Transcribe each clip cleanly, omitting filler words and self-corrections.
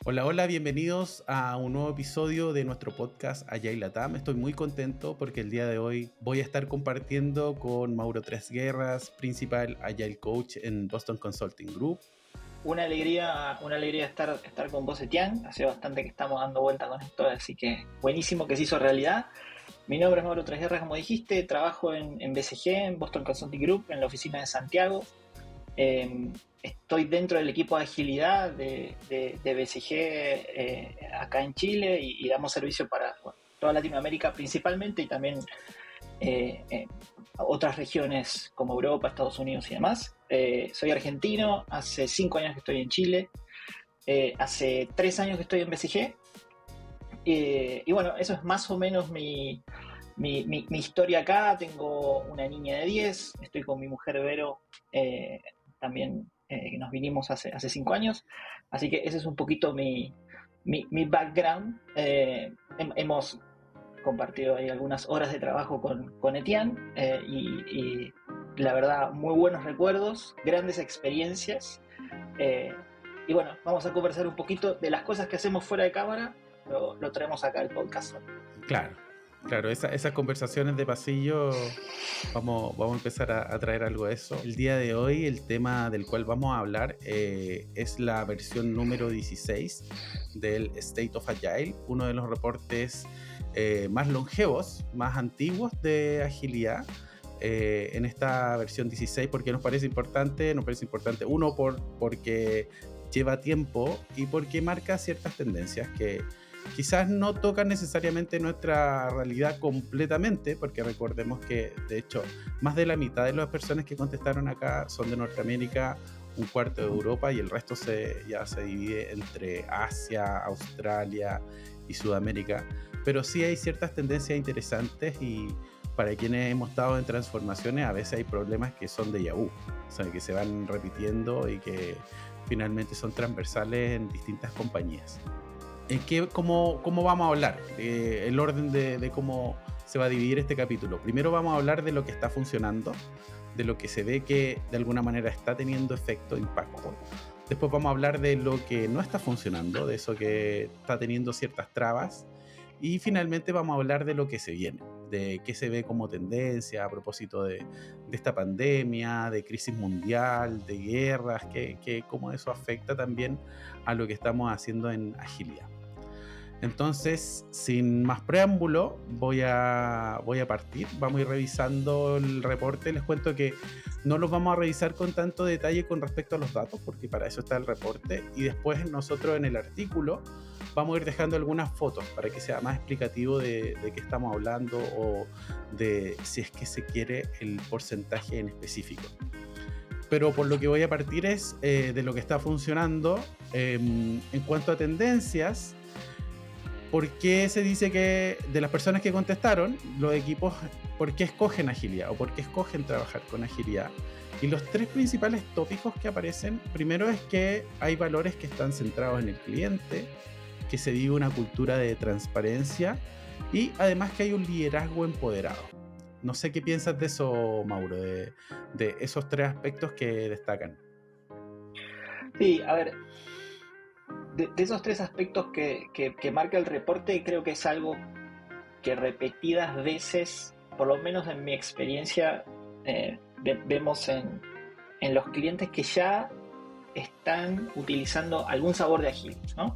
Hola, hola, bienvenidos a un nuevo episodio de nuestro podcast Agile Latam. Estoy muy contento porque el día de hoy voy a estar compartiendo con Mauro Tres Guerras, principal Agile Coach en Boston Consulting Group. Una alegría estar con vos, Etienne. Hace bastante que estamos dando vuelta con esto, así que buenísimo que se hizo realidad. Mi nombre es Mauro Tres Guerras, como dijiste, trabajo en BCG, en Boston Consulting Group, en la oficina de Santiago. Estoy dentro del equipo de agilidad de BCG acá en Chile y damos servicio para toda Latinoamérica principalmente y también otras regiones como Europa, Estados Unidos y demás. Soy argentino, hace 5 años que estoy en Chile, hace 3 años que estoy en BCG. Y bueno, eso es más o menos mi historia acá. Tengo una niña de 10, estoy con mi mujer Vero, también nos vinimos hace 5 años, así que ese es un poquito mi background. Hemos compartido ahí algunas horas de trabajo con Etienne y la verdad muy buenos recuerdos, grandes experiencias, y bueno, vamos a conversar un poquito de las cosas que hacemos fuera de cámara. Lo traemos acá al podcast. Claro, esas conversaciones de pasillo, vamos a empezar a traer algo de eso. El día de hoy el tema del cual vamos a hablar es la versión número 16 del State of Agile, uno de los reportes más longevos, más antiguos de agilidad. En esta versión 16, porque nos parece importante, uno, porque lleva tiempo y porque marca ciertas tendencias que quizás no tocan necesariamente nuestra realidad completamente, porque recordemos que de hecho más de la mitad de las personas que contestaron acá son de Norteamérica, un cuarto de Europa y el resto ya se divide entre Asia, Australia y Sudamérica. Pero sí hay ciertas tendencias interesantes y para quienes hemos estado en transformaciones a veces hay problemas que son déjà vu, o sea, que se van repitiendo y que finalmente son transversales en distintas compañías. ¿Cómo vamos a hablar? El orden de cómo se va a dividir este capítulo. Primero vamos a hablar de lo que está funcionando, de lo que se ve que de alguna manera está teniendo efecto, impacto. Después vamos a hablar de lo que no está funcionando, de eso que está teniendo ciertas trabas. Y finalmente vamos a hablar de lo que se viene, de qué se ve como tendencia a propósito de esta pandemia, de crisis mundial, de guerras, cómo eso afecta también a lo que estamos haciendo en agilidad. Entonces, sin más preámbulo, voy a partir. Vamos a ir revisando el reporte. Les cuento que no los vamos a revisar con tanto detalle con respecto a los datos, porque para eso está el reporte. Y después nosotros en el artículo vamos a ir dejando algunas fotos para que sea más explicativo de qué estamos hablando o de si es que se quiere el porcentaje en específico. Pero por lo que voy a partir es de lo que está funcionando. En cuanto a tendencias, ¿por qué se dice que de las personas que contestaron, los equipos, por qué escogen agilidad o por qué escogen trabajar con agilidad? Y los 3 principales tópicos que aparecen, primero es que hay valores que están centrados en el cliente, que se vive una cultura de transparencia y además que hay un liderazgo empoderado. No sé qué piensas de eso, Mauro, de esos 3 aspectos que destacan. Sí, a ver, de esos 3 aspectos que marca el reporte, creo que es algo que repetidas veces, por lo menos en mi experiencia, vemos en los clientes que ya están utilizando algún sabor de Agile, ¿no?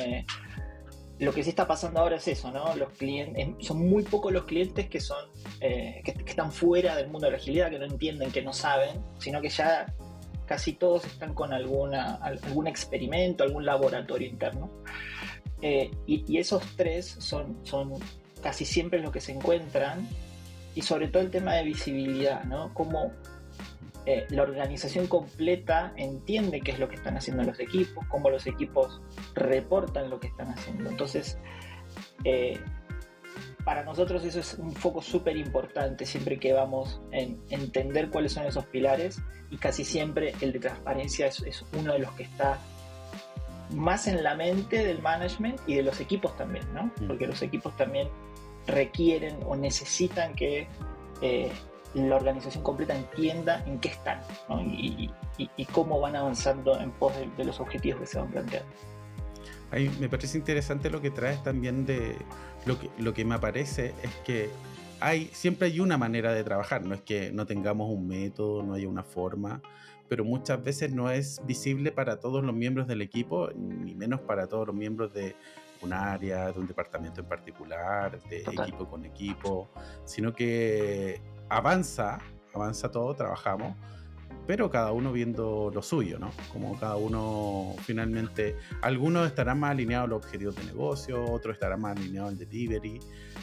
Lo que sí está pasando ahora es eso, ¿no? Los clientes, son muy pocos los clientes que son que están fuera del mundo de la agilidad, que no entienden, que no saben, sino que ya casi todos están con algún experimento, algún laboratorio interno. Y esos 3 son casi siempre los que se encuentran, y sobre todo el tema de visibilidad, ¿no? Cómo la organización completa entiende qué es lo que están haciendo los equipos, cómo los equipos reportan lo que están haciendo. Entonces, para nosotros eso es un foco súper importante siempre que vamos en entender cuáles son esos pilares, y casi siempre el de transparencia es uno de los que está más en la mente del management y de los equipos también, ¿no? Porque los equipos también requieren o necesitan que la organización completa entienda en qué están, ¿no? y cómo van avanzando en pos de los objetivos que se van planteando. Ahí me parece interesante lo que traes también de lo que me aparece es que siempre hay una manera de trabajar, no es que no tengamos un método, no haya una forma, pero muchas veces no es visible para todos los miembros del equipo, ni menos para todos los miembros de un área, de un departamento en particular, de Total. equipo con equipo, sino que avanza todo, trabajamos, pero cada uno viendo lo suyo, ¿no? Como cada uno finalmente, algunos estarán más alineados a los objetivos de negocio, otros estarán más alineados al delivery,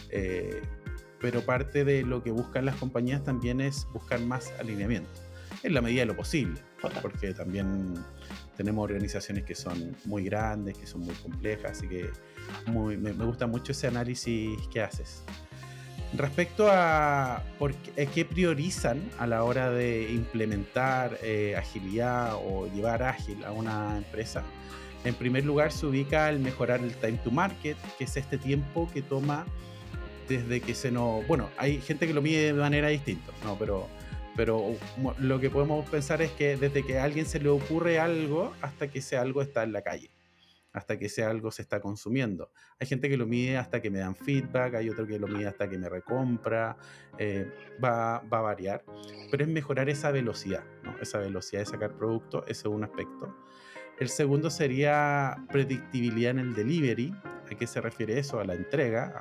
pero parte de lo que buscan las compañías también es buscar más alineamiento, en la medida de lo posible, Total. porque también tenemos organizaciones que son muy grandes, que son muy complejas, así que me gusta mucho ese análisis que haces. Respecto a qué priorizan a la hora de implementar agilidad o llevar ágil a una empresa, en primer lugar se ubica el mejorar el time to market, que es este tiempo que toma desde que bueno, hay gente que lo mide de manera distinta, ¿no? Pero lo que podemos pensar es que desde que a alguien se le ocurre algo hasta que ese algo está en la calle, hasta que ese algo se está consumiendo. Hay gente que lo mide hasta que me dan feedback, hay otro que lo mide hasta que me recompra, va a variar, pero es mejorar esa velocidad, ¿no? Esa velocidad de sacar producto, ese es un aspecto. El segundo sería predictibilidad en el delivery. ¿A qué se refiere eso? A la entrega,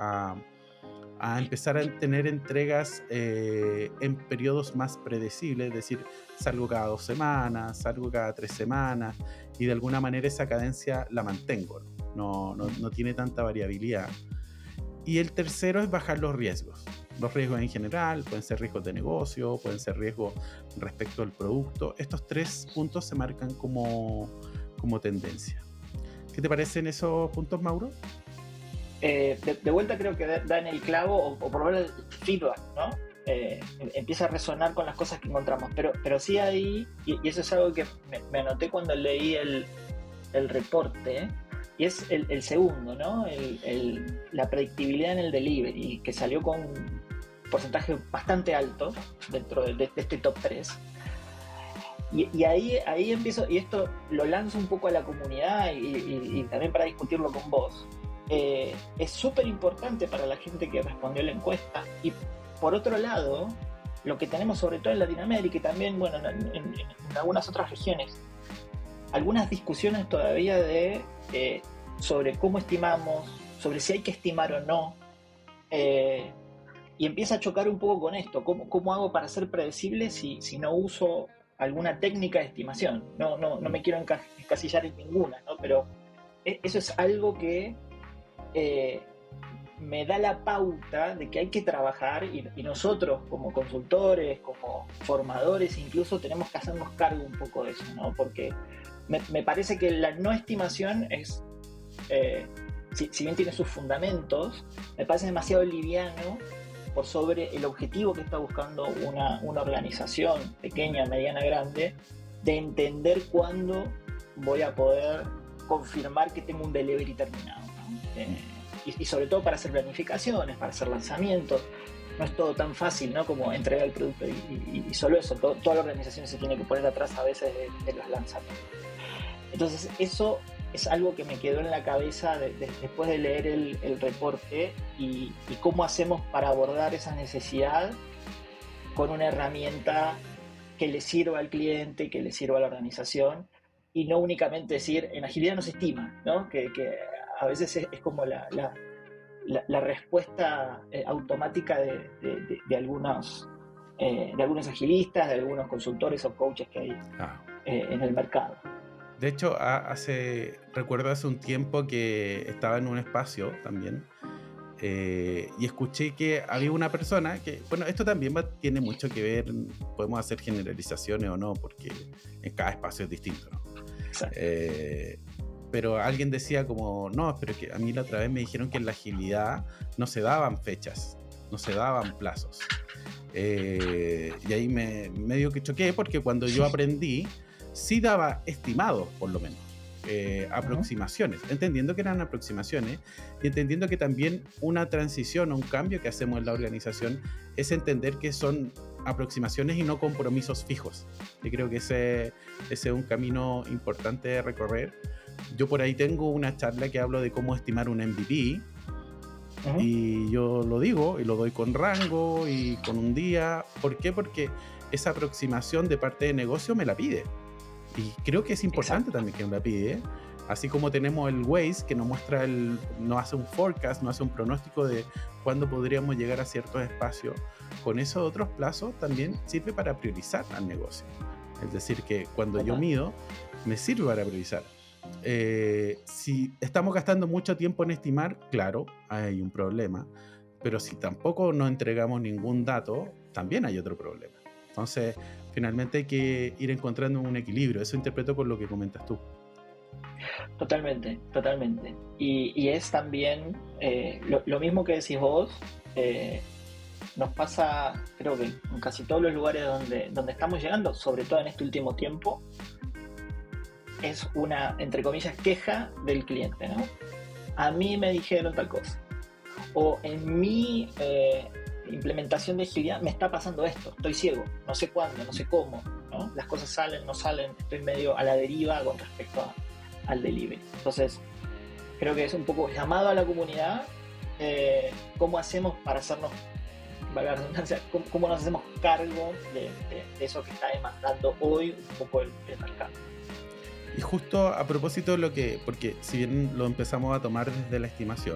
a empezar a tener entregas en periodos más predecibles, es decir, salgo cada 2 semanas, salgo cada 3 semanas, y de alguna manera esa cadencia la mantengo, no tiene tanta variabilidad. Y el tercero es bajar los riesgos en general, pueden ser riesgos de negocio, pueden ser riesgos respecto al producto. Estos 3 puntos se marcan como tendencia. ¿Qué te parecen esos puntos, Mauro? De vuelta creo que da en el clavo, o por lo menos el feedback, ¿no? Empieza a resonar con las cosas que encontramos, pero sí ahí, y eso es algo que me anoté cuando leí el reporte, y es el segundo, ¿no? La predictibilidad en el delivery, que salió con un porcentaje bastante alto dentro de este top 3. Y ahí empiezo, y esto lo lanzo un poco a la comunidad y también para discutirlo con vos. Es súper importante para la gente que respondió a la encuesta. Y por otro lado, lo que tenemos sobre todo en Latinoamérica y también, bueno, en algunas otras regiones, algunas discusiones todavía sobre cómo estimamos, sobre si hay que estimar o no, y empieza a chocar un poco con esto. ¿Cómo hago para ser predecible si no uso alguna técnica de estimación? No me quiero encasillar en ninguna, ¿no? Pero eso es algo que me da la pauta de que hay que trabajar, y nosotros como consultores, como formadores incluso, tenemos que hacernos cargo un poco de eso, ¿no? Porque me parece que la no estimación es, si bien tiene sus fundamentos, me parece demasiado liviano por sobre el objetivo que está buscando una organización pequeña, mediana, grande, de entender cuándo voy a poder confirmar que tengo un delivery terminado, ¿no? Y sobre todo para hacer planificaciones, para hacer lanzamientos. No es todo tan fácil, ¿no? Como entregar el producto y solo eso. Toda la organización se tiene que poner atrás a veces de los lanzamientos. Entonces eso es algo que me quedó en la cabeza después de leer el reporte, y cómo hacemos para abordar esa necesidad con una herramienta que le sirva al cliente, que le sirva a la organización, y no únicamente decir, en agilidad no se estima, ¿no? Que a veces es como la respuesta automática de algunos agilistas, de algunos consultores o coaches que hay en el mercado. De hecho, recuerdo hace un tiempo que estaba en un espacio también, y escuché que había una persona que, bueno, esto también tiene mucho que ver, podemos hacer generalizaciones o no, porque en cada espacio es distinto, ¿no? Pero alguien decía como, no, pero que a mí la otra vez me dijeron que en la agilidad no se daban fechas, no se daban plazos. Y ahí medio que choqué, porque cuando yo aprendí, sí daba estimados, por lo menos, aproximaciones, entendiendo que eran aproximaciones, y entendiendo que también una transición o un cambio que hacemos en la organización es entender que son aproximaciones y no compromisos fijos. Y creo que ese es un camino importante de recorrer, Yo por ahí tengo una charla que hablo de cómo estimar un MVP. Y yo lo digo y lo doy con rango y con un día. ¿Por qué? Porque esa aproximación de parte de negocio me la pide. Y creo que es importante también que me la pide. Así como tenemos el Waze que nos muestra, nos hace un forecast, nos hace un pronóstico de cuándo podríamos llegar a ciertos espacios. Con esos otros plazos también sirve para priorizar al negocio. Es decir, que cuando yo mido, me sirve para priorizar. Si estamos gastando mucho tiempo en estimar, claro, hay un problema, pero si tampoco nos entregamos ningún dato, también hay otro problema. Entonces, finalmente hay que ir encontrando un equilibrio. Eso interpreto por lo que comentas tú. Totalmente, totalmente. Y es también lo mismo que decís vos, nos pasa, creo que en casi todos los lugares donde estamos llegando, sobre todo en este último tiempo, es una, entre comillas, queja del cliente, ¿no? A mí me dijeron tal cosa. O en mi implementación de agilidad me está pasando esto, estoy ciego, no sé cuándo, no sé cómo, ¿no? Las cosas salen, no salen, estoy medio a la deriva con respecto al delivery. Entonces, creo que es un poco llamado a la comunidad, cómo hacemos para hacernos, valga la redundancia, cómo nos hacemos cargo de eso que está demandando hoy un poco el mercado. Y justo a propósito de lo que, porque si bien lo empezamos a tomar desde la estimación,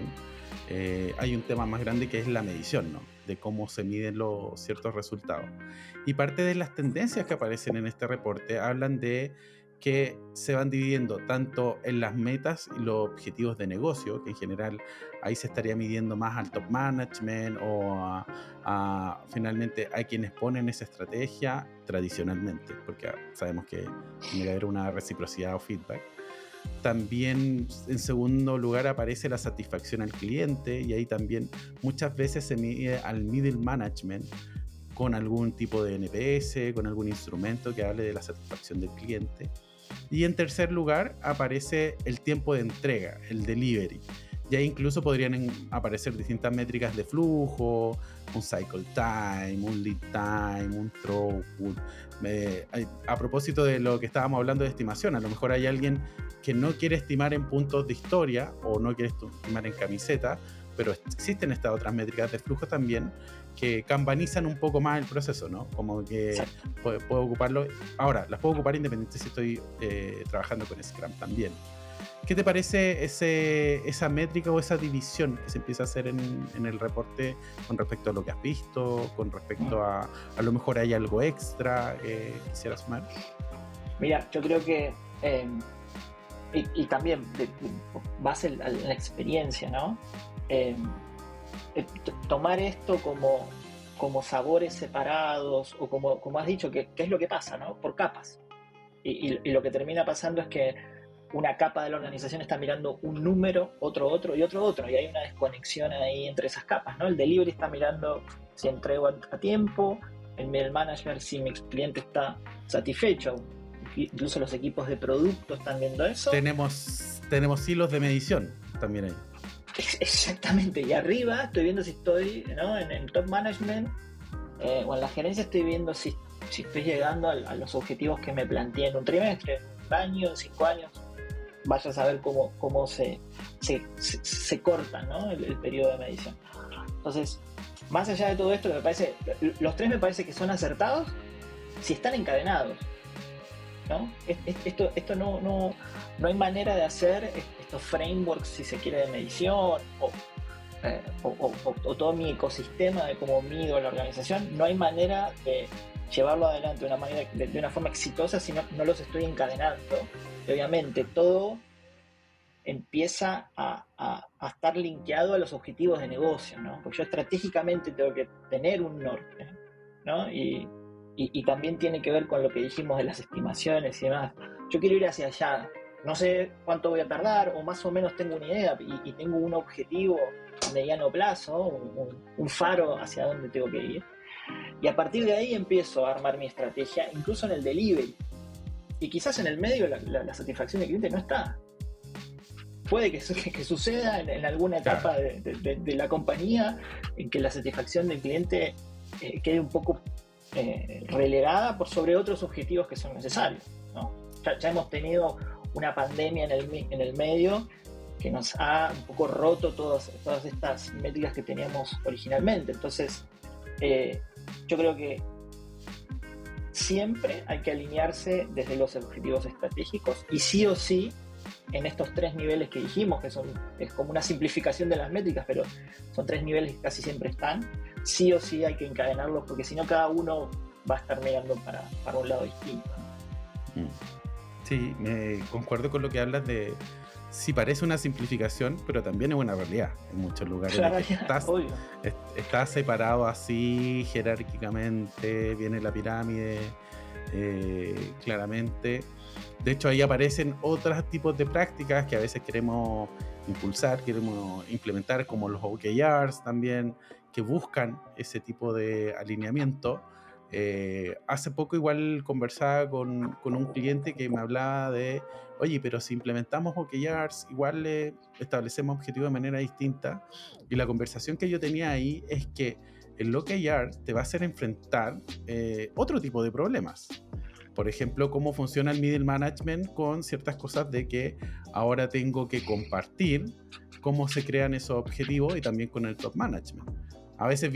hay un tema más grande que es la medición, ¿no? De cómo se miden los ciertos resultados. Y parte de las tendencias que aparecen en este reporte hablan de que se van dividiendo tanto en las metas y los objetivos de negocio, que en general ahí se estaría midiendo más al top management o finalmente a quienes ponen esa estrategia tradicionalmente, porque sabemos que tiene que haber una reciprocidad o feedback. También en segundo lugar aparece la satisfacción al cliente, y ahí también muchas veces se mide al middle management con algún tipo de NPS, con algún instrumento que hable de la satisfacción del cliente. Y en tercer lugar aparece el tiempo de entrega, el delivery. Y ahí incluso podrían aparecer distintas métricas de flujo, un cycle time, un lead time, un throughput. A propósito de lo que estábamos hablando de estimación, a lo mejor hay alguien que no quiere estimar en puntos de historia o no quiere estimar en camiseta, pero existen estas otras métricas de flujo también que kanbanizan un poco más el proceso, ¿no? Como que puedo ocuparlo. Ahora, las puedo ocupar independiente si estoy trabajando con Scrum también. ¿Qué te parece esa métrica o esa división que se empieza a hacer en el reporte con respecto a lo que has visto, con respecto a lo mejor hay algo extra que quisieras sumar? Mira, yo creo que y también base en la experiencia, ¿no? Tomar esto como sabores separados o como has dicho, que es lo que pasa, ¿no? Por capas. Y lo que termina pasando es que una capa de la organización está mirando un número, otro, y otro, y hay una desconexión ahí entre esas capas, ¿no? El delivery está mirando si entrego a tiempo, el middle management si mi cliente está satisfecho, incluso los equipos de producto están viendo eso. Tenemos hilos de medición también ahí. Exactamente, y arriba estoy viendo si estoy, ¿no? En el top management o en la gerencia estoy viendo si estoy llegando a los objetivos que me planteé en un trimestre, en un año, en 5 años. Vaya a saber cómo se corta, ¿no? el periodo de medición. Entonces, más allá de todo esto, los tres me parece que son acertados si están encadenados, ¿no? Esto no hay manera de hacer estos frameworks, si se quiere, de medición o todo mi ecosistema de cómo mido la organización. No hay manera de llevarlo adelante de una forma exitosa si no los estoy encadenando. Y obviamente todo empieza a estar linkeado a los objetivos de negocio, ¿no? Porque yo estratégicamente tengo que tener un norte, ¿no? Y también tiene que ver con lo que dijimos de las estimaciones y demás. Yo quiero ir hacia allá, no sé cuánto voy a tardar, o más o menos tengo una idea y tengo un objetivo a mediano plazo, un faro hacia dónde tengo que ir. Y a partir de ahí empiezo a armar mi estrategia, incluso en el delivery. Y quizás en el medio la satisfacción del cliente no está. Puede que suceda en alguna etapa de la compañía en que la satisfacción del cliente quede un poco relegada por sobre otros objetivos que son necesarios, ¿no? Ya hemos tenido una pandemia en el medio que nos ha un poco roto todas estas métricas que teníamos originalmente. Entonces, yo creo que siempre hay que alinearse desde los objetivos estratégicos y sí o sí en estos 3 niveles que dijimos, que es como una simplificación de las métricas, pero son 3 niveles que casi siempre están, sí o sí hay que encadenarlos porque si no cada uno va a estar mirando para un lado distinto. Sí, concuerdo con lo que hablas de sí parece una simplificación, pero también es una realidad en muchos lugares. Claro, Estás separado así jerárquicamente, viene la pirámide, claramente. De hecho, ahí aparecen otros tipos de prácticas que a veces queremos impulsar, queremos implementar, como los OKRs también, que buscan ese tipo de alineamiento. Hace poco igual conversaba con un cliente que me hablaba de, oye, pero si implementamos OKRs, igual establecemos objetivos de manera distinta. Y la conversación que yo tenía ahí es que el OKR te va a hacer enfrentar otro tipo de problemas. Por ejemplo, cómo funciona el middle management con ciertas cosas de que ahora tengo que compartir cómo se crean esos objetivos y también con el top management. A veces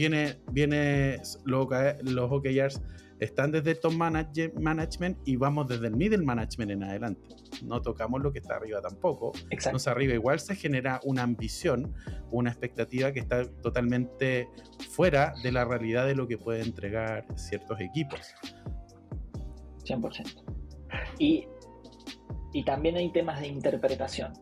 los OKRs están desde el top management y vamos desde el middle management en adelante. No tocamos lo que está arriba tampoco. Exacto. Entonces arriba igual se genera una ambición, una expectativa que está totalmente fuera de la realidad de lo que pueden entregar ciertos equipos. 100%. Y también hay temas de interpretación.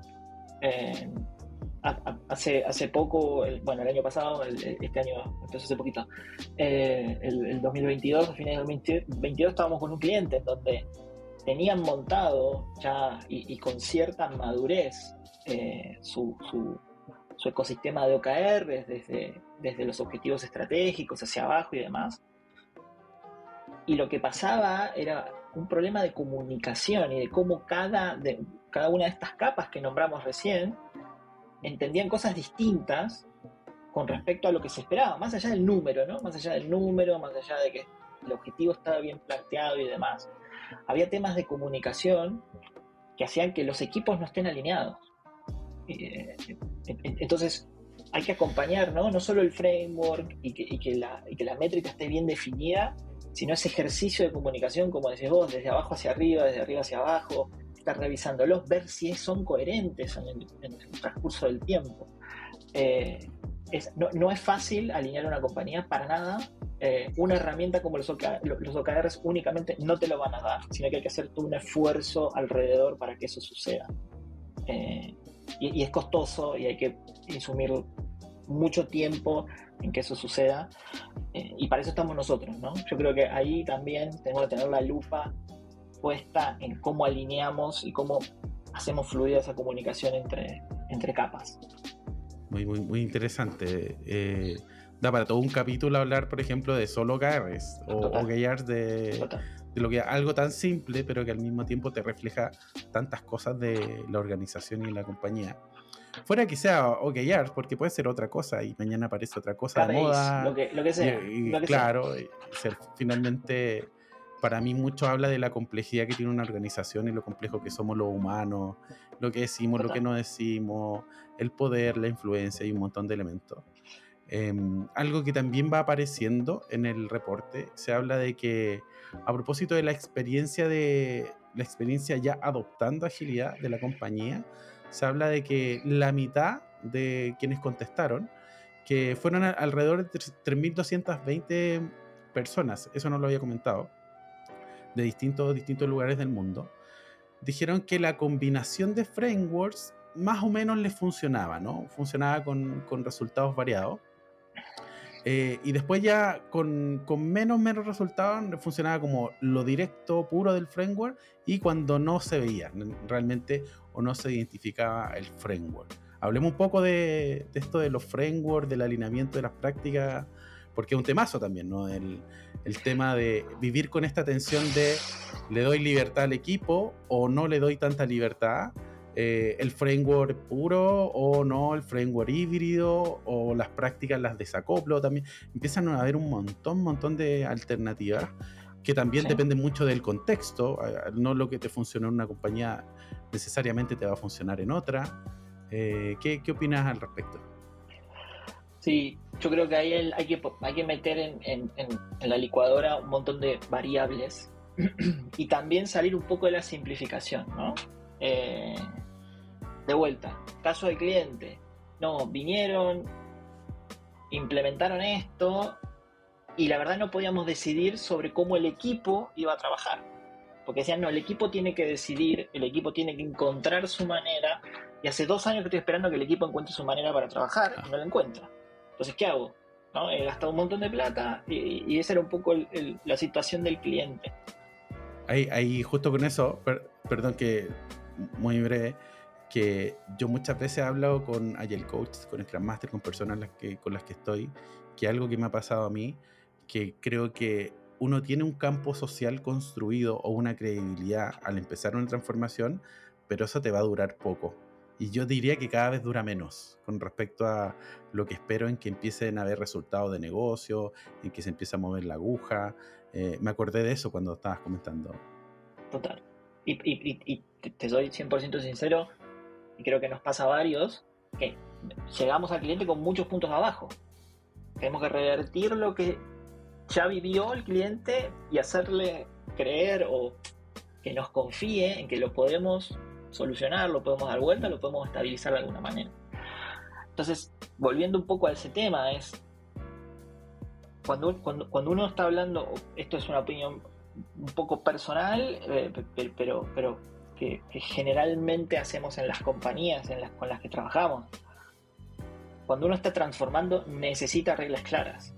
Hace poco, el año pasado, este año empezó hace poquito, el 2022, a fines del 2022 estábamos con un cliente en donde tenían montado ya y con cierta madurez su ecosistema de OKR desde los objetivos estratégicos hacia abajo y demás. Y lo que pasaba era un problema de comunicación y de cómo cada una de estas capas que nombramos recién entendían cosas distintas con respecto a lo que se esperaba, más allá del número, ¿no? Más allá del número, más allá de que el objetivo estaba bien planteado y demás. Había temas de comunicación que hacían que los equipos no estén alineados. Entonces hay que acompañar, ¿no? No solo el framework y que la métrica esté bien definida, sino ese ejercicio de comunicación, como decís vos, desde abajo hacia arriba, desde arriba hacia abajo, estar revisándolos, ver si son coherentes en el transcurso del tiempo. No es fácil alinear una compañía para nada. Una herramienta como los OKRs únicamente no te lo van a dar, sino que hay que hacer todo un esfuerzo alrededor para que eso suceda. Y es costoso y hay que insumir mucho tiempo en que eso suceda, y para eso estamos nosotros, ¿no? Yo creo que ahí también tenemos que tener la lupa puesta en cómo alineamos y cómo hacemos fluida esa comunicación entre capas. Muy, muy, muy interesante. Da para todo un capítulo hablar, por ejemplo, de solo OKRs o OKRs de lo que algo tan simple, pero que al mismo tiempo te refleja tantas cosas de la organización y la compañía. Fuera que sea OKRs, porque puede ser otra cosa y mañana aparece otra cosa de moda. Lo que sea. Claro, finalmente para mí mucho habla de la complejidad que tiene una organización y lo complejo que somos los humanos, lo que decimos, lo que no decimos, el poder, la influencia y un montón de elementos. Algo que también va apareciendo en el reporte, se habla de que a propósito de la experiencia ya adoptando agilidad de la compañía, se habla de que la mitad de quienes contestaron, que fueron alrededor de 3.220 personas, eso no lo había comentado, de distintos lugares del mundo, dijeron que la combinación de frameworks más o menos les funcionaba, ¿no? Funcionaba con resultados variados. Y después ya con menos resultados funcionaba como lo directo puro del framework y cuando no se veía realmente o no se identificaba el framework. Hablemos un poco de esto de los frameworks, del alineamiento de las prácticas, porque es un temazo también, ¿no? El tema de vivir con esta tensión de le doy libertad al equipo o no le doy tanta libertad. El framework puro o no, el framework híbrido o las prácticas las desacoplo también. Empiezan a haber un montón de alternativas que también Sí. depende mucho del contexto. No lo que te funcionó en una compañía necesariamente te va a funcionar en otra. ¿Qué opinas al respecto? Sí, yo creo que ahí hay que meter en la licuadora un montón de variables y también salir un poco de la simplificación, ¿no? Eh, de vuelta, caso del cliente. No, vinieron, implementaron esto y la verdad no podíamos decidir sobre cómo el equipo iba a trabajar. Porque decían, no, el equipo tiene que decidir, el equipo tiene que encontrar su manera, y hace 2 años que estoy esperando que el equipo encuentre su manera para trabajar y no la encuentra. Entonces, ¿qué hago? ¿No? He gastado un montón de plata y esa era un poco la situación del cliente. Ahí justo con eso, perdón que muy breve, que yo muchas veces he hablado con Agile Coach, con Scrum Master, con personas con las que estoy, que algo que me ha pasado a mí, que creo que uno tiene un campo social construido o una credibilidad al empezar una transformación, pero eso te va a durar poco. Y yo diría que cada vez dura menos con respecto a lo que espero en que empiecen a haber resultados de negocio, en que se empiece a mover la aguja. Me acordé de eso cuando estabas comentando. Total. Y te soy 100% sincero, y creo que nos pasa a varios, que llegamos al cliente con muchos puntos abajo. Tenemos que revertir lo que ya vivió el cliente y hacerle creer o que nos confíe en que lo podemos solucionar, lo podemos dar vuelta, lo podemos estabilizar de alguna manera. Entonces, volviendo un poco a ese tema, es cuando uno está hablando, esto es una opinión un poco personal, pero que generalmente hacemos en las compañías con las que trabajamos. Cuando uno está transformando, necesita reglas claras.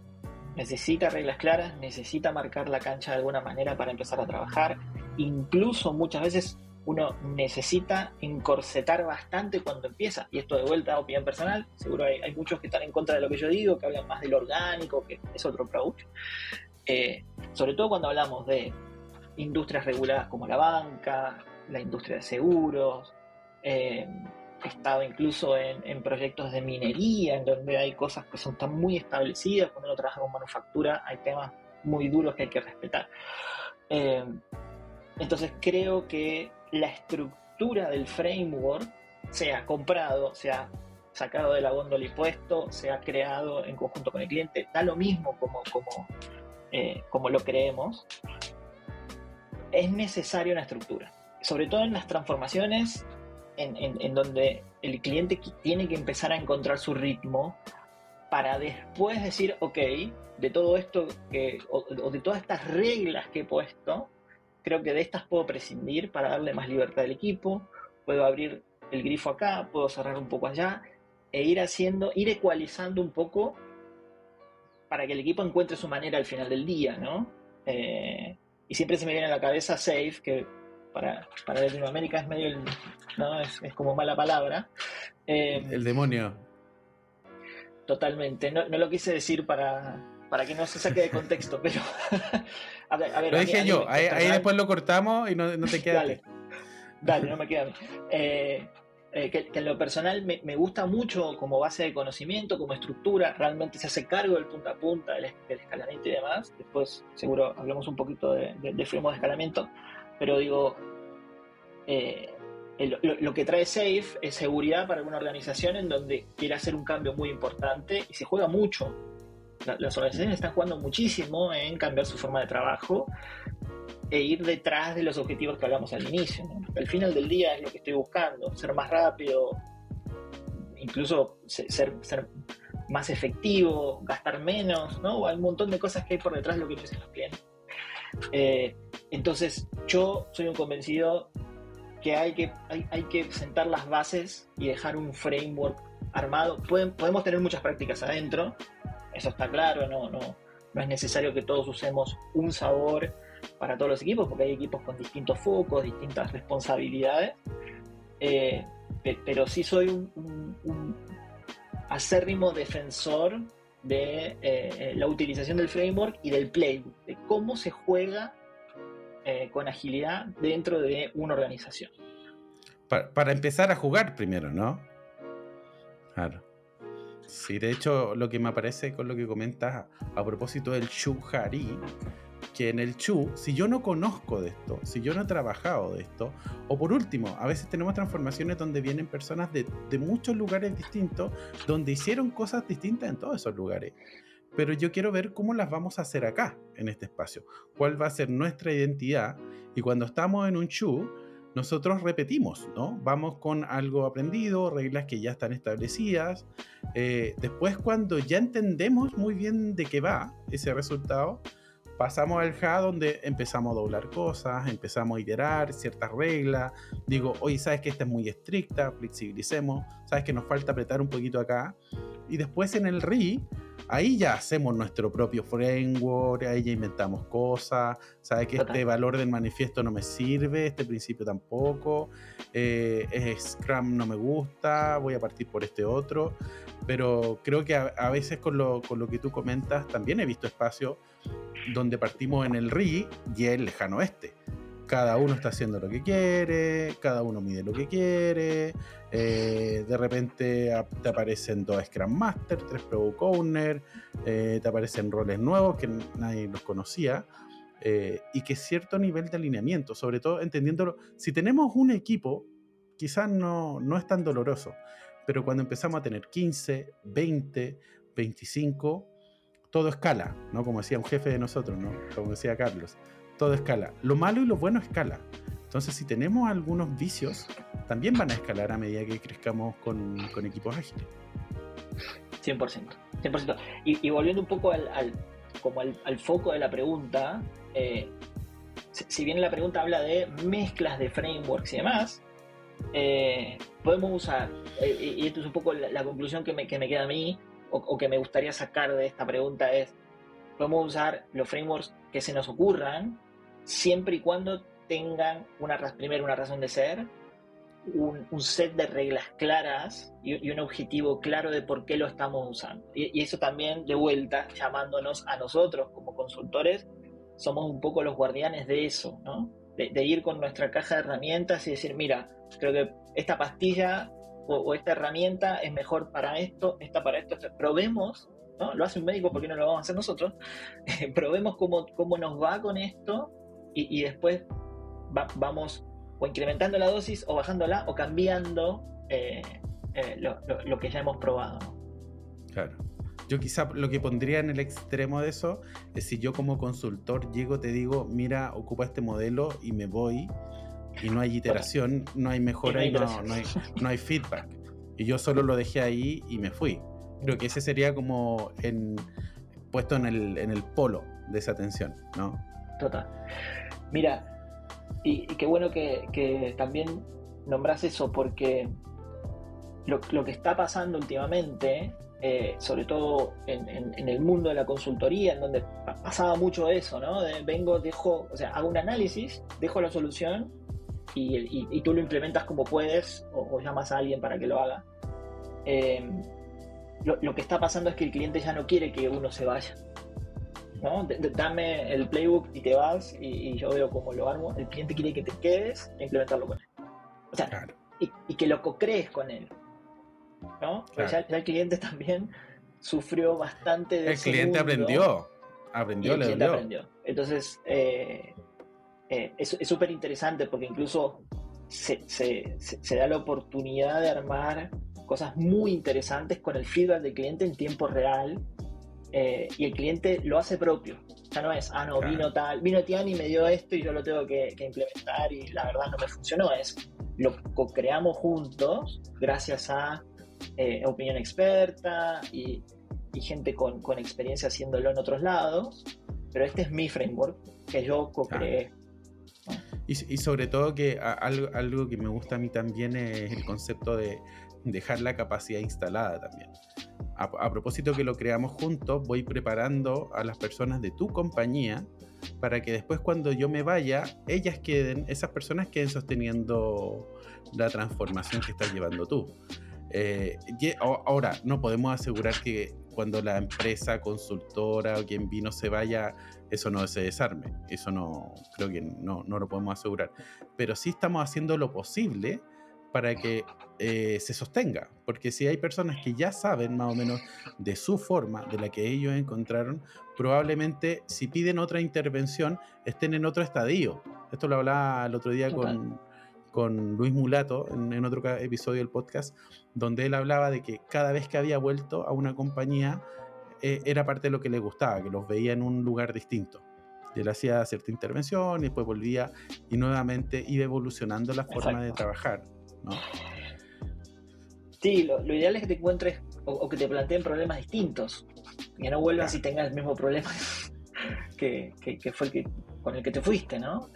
Necesita marcar la cancha de alguna manera para empezar a trabajar. Incluso muchas veces uno necesita encorsetar bastante cuando empieza. Y esto de vuelta, opinión personal, seguro hay muchos que están en contra de lo que yo digo, que hablan más del orgánico, que es otro approach. Sobre todo cuando hablamos de industrias reguladas como la banca, la industria de seguros, he estado incluso en proyectos de minería, en donde hay cosas que son tan muy establecidas. Cuando uno trabaja con manufactura hay temas muy duros que hay que respetar. Entonces creo que la estructura del framework, sea comprado, sea sacado de la góndola y puesto, sea creado en conjunto con el cliente, da lo mismo como lo creemos, es necesaria una estructura. Sobre todo en las transformaciones en donde el cliente tiene que empezar a encontrar su ritmo para después decir, ok, de todo esto o de todas estas reglas que he puesto, creo que de estas puedo prescindir para darle más libertad al equipo, puedo abrir el grifo acá, puedo cerrar un poco allá, e ir ecualizando un poco para que el equipo encuentre su manera al final del día, ¿no? Y siempre se me viene a la cabeza Safe, que para Latinoamérica es medio, ¿no? Es como mala palabra. El demonio. Totalmente, no lo quise decir para que no se saque de contexto, pero a ver, lo dije yo, ahí después lo cortamos y no te queda. Dale, no me queda. Que en lo personal me gusta mucho como base de conocimiento, como estructura, realmente se hace cargo del punta a punta, del escalamiento y demás. Después seguro hablamos un poquito de framework de escalamiento, pero digo, lo que trae Safe es seguridad para una organización en donde quiere hacer un cambio muy importante y se juega mucho. Las organizaciones están jugando muchísimo en cambiar su forma de trabajo e ir detrás de los objetivos que hablamos al inicio, ¿no? Al final del día es lo que estoy buscando, ser más rápido, incluso ser más efectivo, gastar menos, ¿no? Hay un montón de cosas que hay por detrás de lo que dicen los clientes. Entonces yo soy un convencido que hay que sentar las bases y dejar un framework armado. Podemos tener muchas prácticas adentro, eso está claro, no es necesario que todos usemos un sabor para todos los equipos, porque hay equipos con distintos focos, distintas responsabilidades, pero sí soy un acérrimo defensor de la utilización del framework y del playbook, de cómo se juega con agilidad dentro de una organización. Para empezar a jugar primero, ¿no? Claro. Sí, de hecho, lo que me aparece con lo que comentas a propósito del Shuhari, que en el Chu, si yo no conozco de esto, si yo no he trabajado de esto, o por último, a veces tenemos transformaciones donde vienen personas de muchos lugares distintos, donde hicieron cosas distintas en todos esos lugares. Pero yo quiero ver cómo las vamos a hacer acá, en este espacio. ¿Cuál va a ser nuestra identidad? Y cuando estamos en un Chu, nosotros repetimos, ¿no? Vamos con algo aprendido, reglas que ya están establecidas. Después, cuando ya entendemos muy bien de qué va ese resultado, pasamos al JA, donde empezamos a doblar cosas, empezamos a iterar ciertas reglas. Digo, oye, ¿sabes que esta es muy estricta? Flexibilicemos. ¿Sabes que nos falta apretar un poquito acá? Y después en el RI, ahí ya hacemos nuestro propio framework, ahí ya inventamos cosas. ¿Sabes que este valor del manifiesto no me sirve? Este principio tampoco. Scrum no me gusta, voy a partir por este otro. Pero creo que a veces con lo que tú comentas, también he visto espacios donde partimos en el RI y el lejano oeste. Cada uno está haciendo lo que quiere, cada uno mide lo que quiere. De repente te aparecen 2 Scrum Master, 3 Product Owner, te aparecen roles nuevos que nadie los conocía, y que cierto nivel de alineamiento, sobre todo entendiéndolo. Si tenemos un equipo, quizás no es tan doloroso, pero cuando empezamos a tener 15, 20, 25, todo escala, ¿no? Como decía un jefe de nosotros, ¿no? Como decía Carlos, todo escala. Lo malo y lo bueno escala. Entonces, si tenemos algunos vicios, también van a escalar a medida que crezcamos con equipos ágiles. 100%. Y volviendo un poco al foco de la pregunta, si bien la pregunta habla de mezclas de frameworks y demás, podemos usar, y esto es un poco la conclusión que me queda a mí, o que me gustaría sacar de esta pregunta, es: podemos usar los frameworks que se nos ocurran, siempre y cuando tengan primero una razón de ser, un set de reglas claras y un objetivo claro de por qué lo estamos usando. Y eso también, de vuelta, llamándonos a nosotros como consultores, somos un poco los guardianes de eso, ¿no? De ir con nuestra caja de herramientas y decir, mira, creo que esta pastilla o esta herramienta es mejor para esto, esta para esto. Probemos, ¿no? Lo hace un médico, ¿por qué no lo vamos a hacer nosotros? Probemos cómo nos va con esto y después vamos o incrementando la dosis o bajándola o cambiando lo que ya hemos probado, ¿no? Claro. Yo quizá lo que pondría en el extremo de eso es si yo como consultor llego, te digo, mira, ocupa este modelo y me voy, y no hay iteración, no hay mejora y no hay feedback. Y yo solo lo dejé ahí y me fui. Creo que ese sería como puesto en el polo de esa tensión, ¿no? Total. Mira, y qué bueno que también nombras eso, porque lo que está pasando últimamente, sobre todo en el mundo de la consultoría, en donde pasaba mucho eso, ¿no? Hago un análisis, dejo la solución y tú lo implementas como puedes o llamas a alguien para que lo haga. Lo que está pasando es que el cliente ya no quiere que uno se vaya, ¿no? Dame el playbook y te vas y yo veo cómo lo armo. El cliente quiere que te quedes e implementarlo con él. O sea, claro. y que lo co-crees con él, ¿no? Claro. Ya el cliente también sufrió bastante de ese cliente mundo, aprendió, le dolió. Entonces, es súper interesante porque incluso se da la oportunidad de armar cosas muy interesantes con el feedback del cliente en tiempo real, y el cliente lo hace propio. Ya no es, claro, vino Tian y me dio esto y yo lo tengo que implementar y la verdad no me funcionó. Lo co-creamos juntos gracias a opinión experta y gente con experiencia haciéndolo en otros lados, pero este es mi framework que yo co-creé. Claro. Y sobre todo que algo que me gusta a mí también es el concepto de dejar la capacidad instalada también. A propósito que lo creamos juntos, voy preparando a las personas de tu compañía para que después cuando yo me vaya, esas personas queden sosteniendo la transformación que estás llevando tú. Ahora, no podemos asegurar que cuando la empresa consultora o quien vino se vaya, eso no se desarme. Eso no, creo que no lo podemos asegurar. Pero sí estamos haciendo lo posible para que se sostenga, porque si hay personas que ya saben más o menos de su forma, de la que ellos encontraron, probablemente si piden otra intervención estén en otro estadio. Esto lo hablaba el otro día con Luis Mulato en otro episodio del podcast, donde él hablaba de que cada vez que había vuelto a una compañía era parte de lo que le gustaba, que los veía en un lugar distinto. Él hacía cierta intervención y después volvía y nuevamente iba evolucionando la forma de trabajar, ¿no? Sí, lo ideal es que te encuentres o que te planteen problemas distintos, que no vuelvas y tengas el mismo problema que fue con el que te fuiste, ¿no?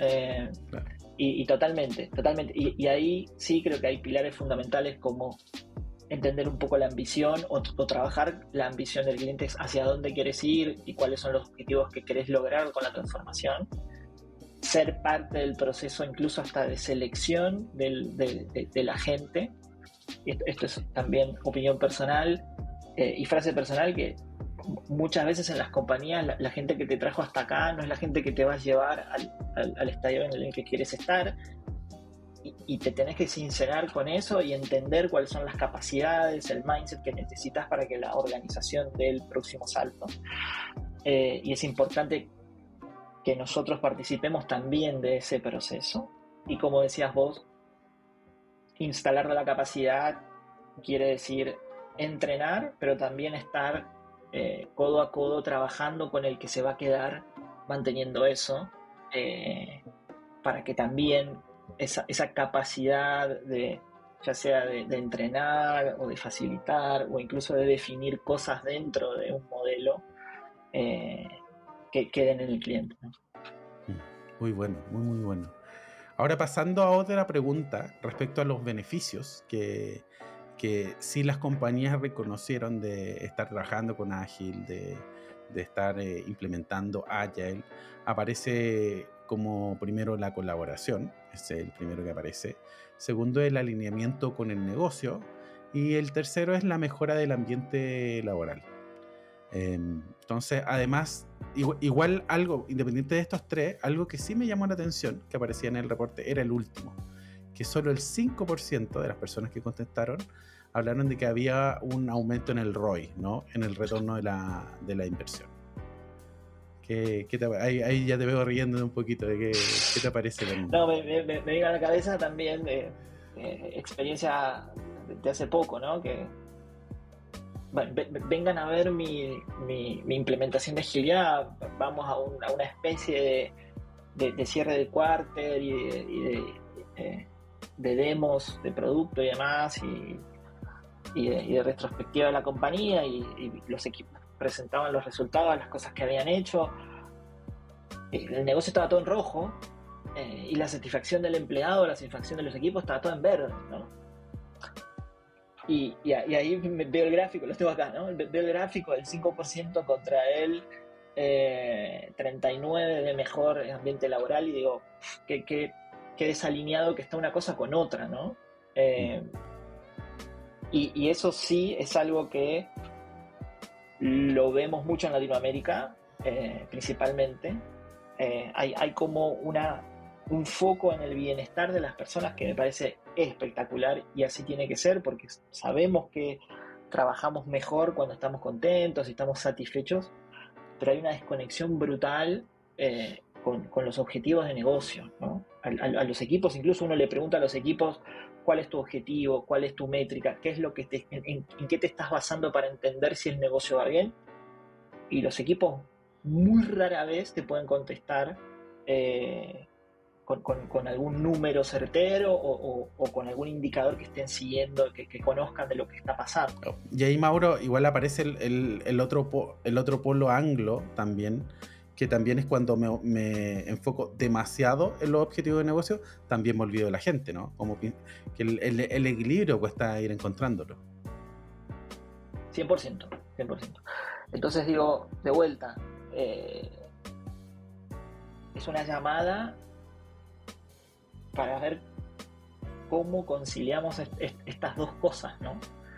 Y totalmente. Y ahí sí creo que hay pilares fundamentales como entender un poco la ambición o trabajar la ambición del cliente hacia dónde quieres ir y cuáles son los objetivos que querés lograr con la transformación. Ser parte del proceso incluso hasta de selección de la gente. Esto es también opinión personal y frase personal, que muchas veces en las compañías la gente que te trajo hasta acá no es la gente que te va a llevar al estadio en el que quieres estar, y te tenés que sincerar con eso y entender cuáles son las capacidades, el mindset que necesitas para que la organización dé el próximo salto. Y es importante que nosotros participemos también de ese proceso, y como decías vos, instalar la capacidad quiere decir entrenar, pero también estar codo a codo trabajando con el que se va a quedar manteniendo eso, para que también esa capacidad de, ya sea de entrenar o de facilitar o incluso de definir cosas dentro de un modelo, que queden en el cliente, ¿no? Muy bueno, muy bueno. Ahora pasando a otra pregunta respecto a los beneficios que sí las compañías reconocieron de estar trabajando con Agile, de estar implementando Agile. Aparece como primero la colaboración, es el primero que aparece. Segundo, el alineamiento con el negocio. Y el tercero es la mejora del ambiente laboral. Entonces, además, igual algo, independiente de estos tres, algo que sí me llamó la atención, que aparecía en el reporte, era el último, que solo el 5% de las personas que contestaron hablaron de que había un aumento en el ROI, ¿no? En el retorno de la inversión. Ahí ya te veo riendo un poquito. ¿Qué te parece? No, me viene a la cabeza también experiencia de hace poco, ¿no? Que vengan a ver mi implementación de agilidad, vamos a una especie de cierre de quarter y de demos de producto y demás, y de retrospectiva de la compañía, y los equipos presentaban los resultados, las cosas que habían hecho. El negocio estaba todo en rojo, y la satisfacción del empleado, la satisfacción de los equipos estaba todo en verde, ¿no? Y ahí veo el gráfico, lo tengo acá, ¿no? Veo el gráfico del 5% contra el 39% de mejor ambiente laboral, y digo, qué desalineado que está una cosa con otra, ¿no? Y eso sí es algo que lo vemos mucho en Latinoamérica, principalmente. Hay como un foco en el bienestar de las personas que me parece espectacular, y así tiene que ser, porque sabemos que trabajamos mejor cuando estamos contentos y estamos satisfechos, pero hay una desconexión brutal con los objetivos de negocio, ¿no? A los equipos, incluso uno le pregunta a los equipos cuál es tu objetivo, cuál es tu métrica, qué es lo que en qué te estás basando para entender si el negocio va bien, y los equipos muy rara vez te pueden contestar con algún número certero o con algún indicador que estén siguiendo, que conozcan de lo que está pasando. Y ahí, Mauro, igual aparece el otro polo anglo también, que también es cuando me enfoco demasiado en los objetivos de negocio, también me olvido de la gente, ¿no? Como que el equilibrio cuesta ir encontrándolo. 100%. Entonces digo, de vuelta, es una llamada para ver cómo conciliamos estas dos cosas, ¿no?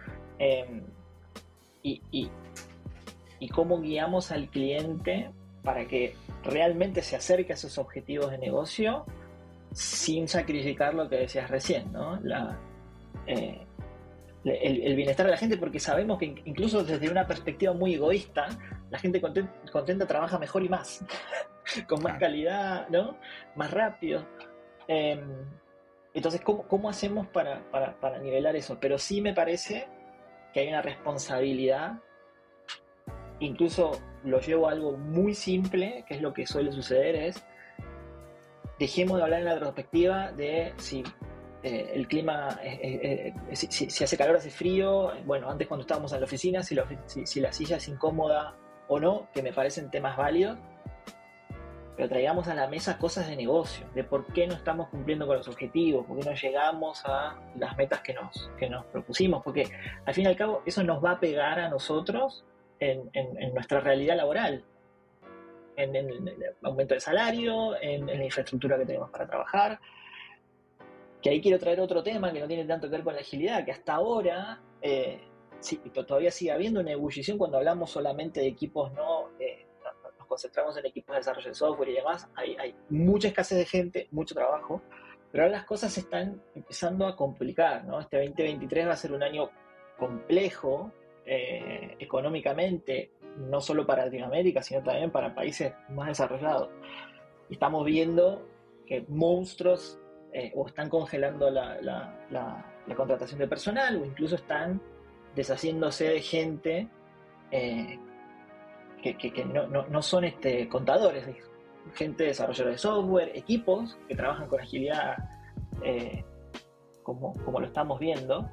Y cómo guiamos al cliente para que realmente se acerque a sus objetivos de negocio sin sacrificar lo que decías recién, ¿no? eh, el bienestar de la gente, porque sabemos que incluso desde una perspectiva muy egoísta, la gente contenta trabaja mejor y más, con más Claro. calidad, ¿no? Más rápido. Eh, entonces, ¿cómo hacemos para nivelar eso? Pero sí me parece que hay una responsabilidad, incluso lo llevo a algo muy simple, que es lo que suele suceder, es dejemos de hablar en la perspectiva de si el clima, si hace calor, hace frío. Bueno, antes cuando estábamos en la oficina, si la silla es incómoda o no, que me parecen temas válidos, pero traigamos a la mesa cosas de negocio, de por qué no estamos cumpliendo con los objetivos, por qué no llegamos a las metas que nos propusimos, porque al fin y al cabo eso nos va a pegar a nosotros en nuestra realidad laboral, en el aumento de salario, en la infraestructura que tenemos para trabajar. Que ahí quiero traer otro tema que no tiene tanto que ver con la agilidad, que hasta ahora todavía sigue habiendo una ebullición cuando hablamos solamente de equipos, nos concentramos en equipos de desarrollo de software y demás. Hay mucha escasez de gente, mucho trabajo, pero ahora las cosas se están empezando a complicar, ¿no? Este 2023 va a ser un año complejo económicamente, no solo para Latinoamérica, sino también para países más desarrollados. Y estamos viendo que monstruos o están congelando la contratación de personal, o incluso están deshaciéndose de gente eh, que no son contadores, gente desarrolladora de software, equipos que trabajan con agilidad como lo estamos viendo.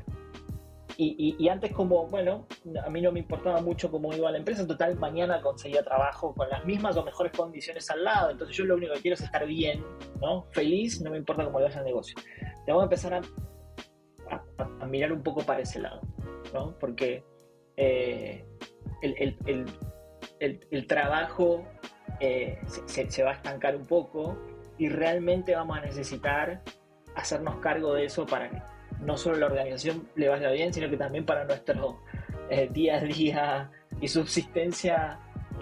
Y antes, como, bueno, a mí no me importaba mucho cómo iba la empresa, en total mañana conseguía trabajo con las mismas o mejores condiciones al lado, entonces yo lo único que quiero es estar bien, ¿no? Feliz, no me importa cómo le vaya el negocio. Tengo que empezar a mirar un poco para ese lado, ¿no? Porque el trabajo se va a estancar un poco y realmente vamos a necesitar hacernos cargo de eso para que no solo la organización le vaya bien, sino que también para nuestro día a día y subsistencia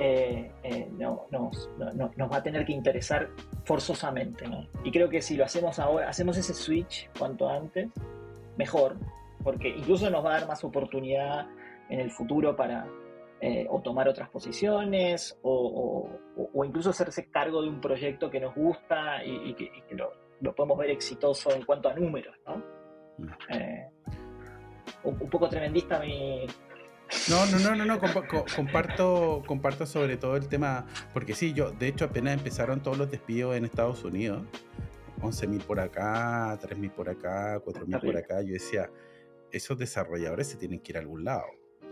nos va a tener que interesar forzosamente, ¿no? Y creo que si lo hacemos ahora, hacemos ese switch cuanto antes, mejor, porque incluso nos va a dar más oportunidad en el futuro para o tomar otras posiciones o incluso hacerse cargo de un proyecto que nos gusta y que lo podemos ver exitoso en cuanto a números, ¿no? Un poco tremendista mi... No, comparto sobre todo el tema, porque sí, yo, de hecho, apenas empezaron todos los despidos en Estados Unidos, 11.000 por acá, 3.000 por acá, 4.000 por acá, yo decía, esos desarrolladores se tienen que ir a algún lado.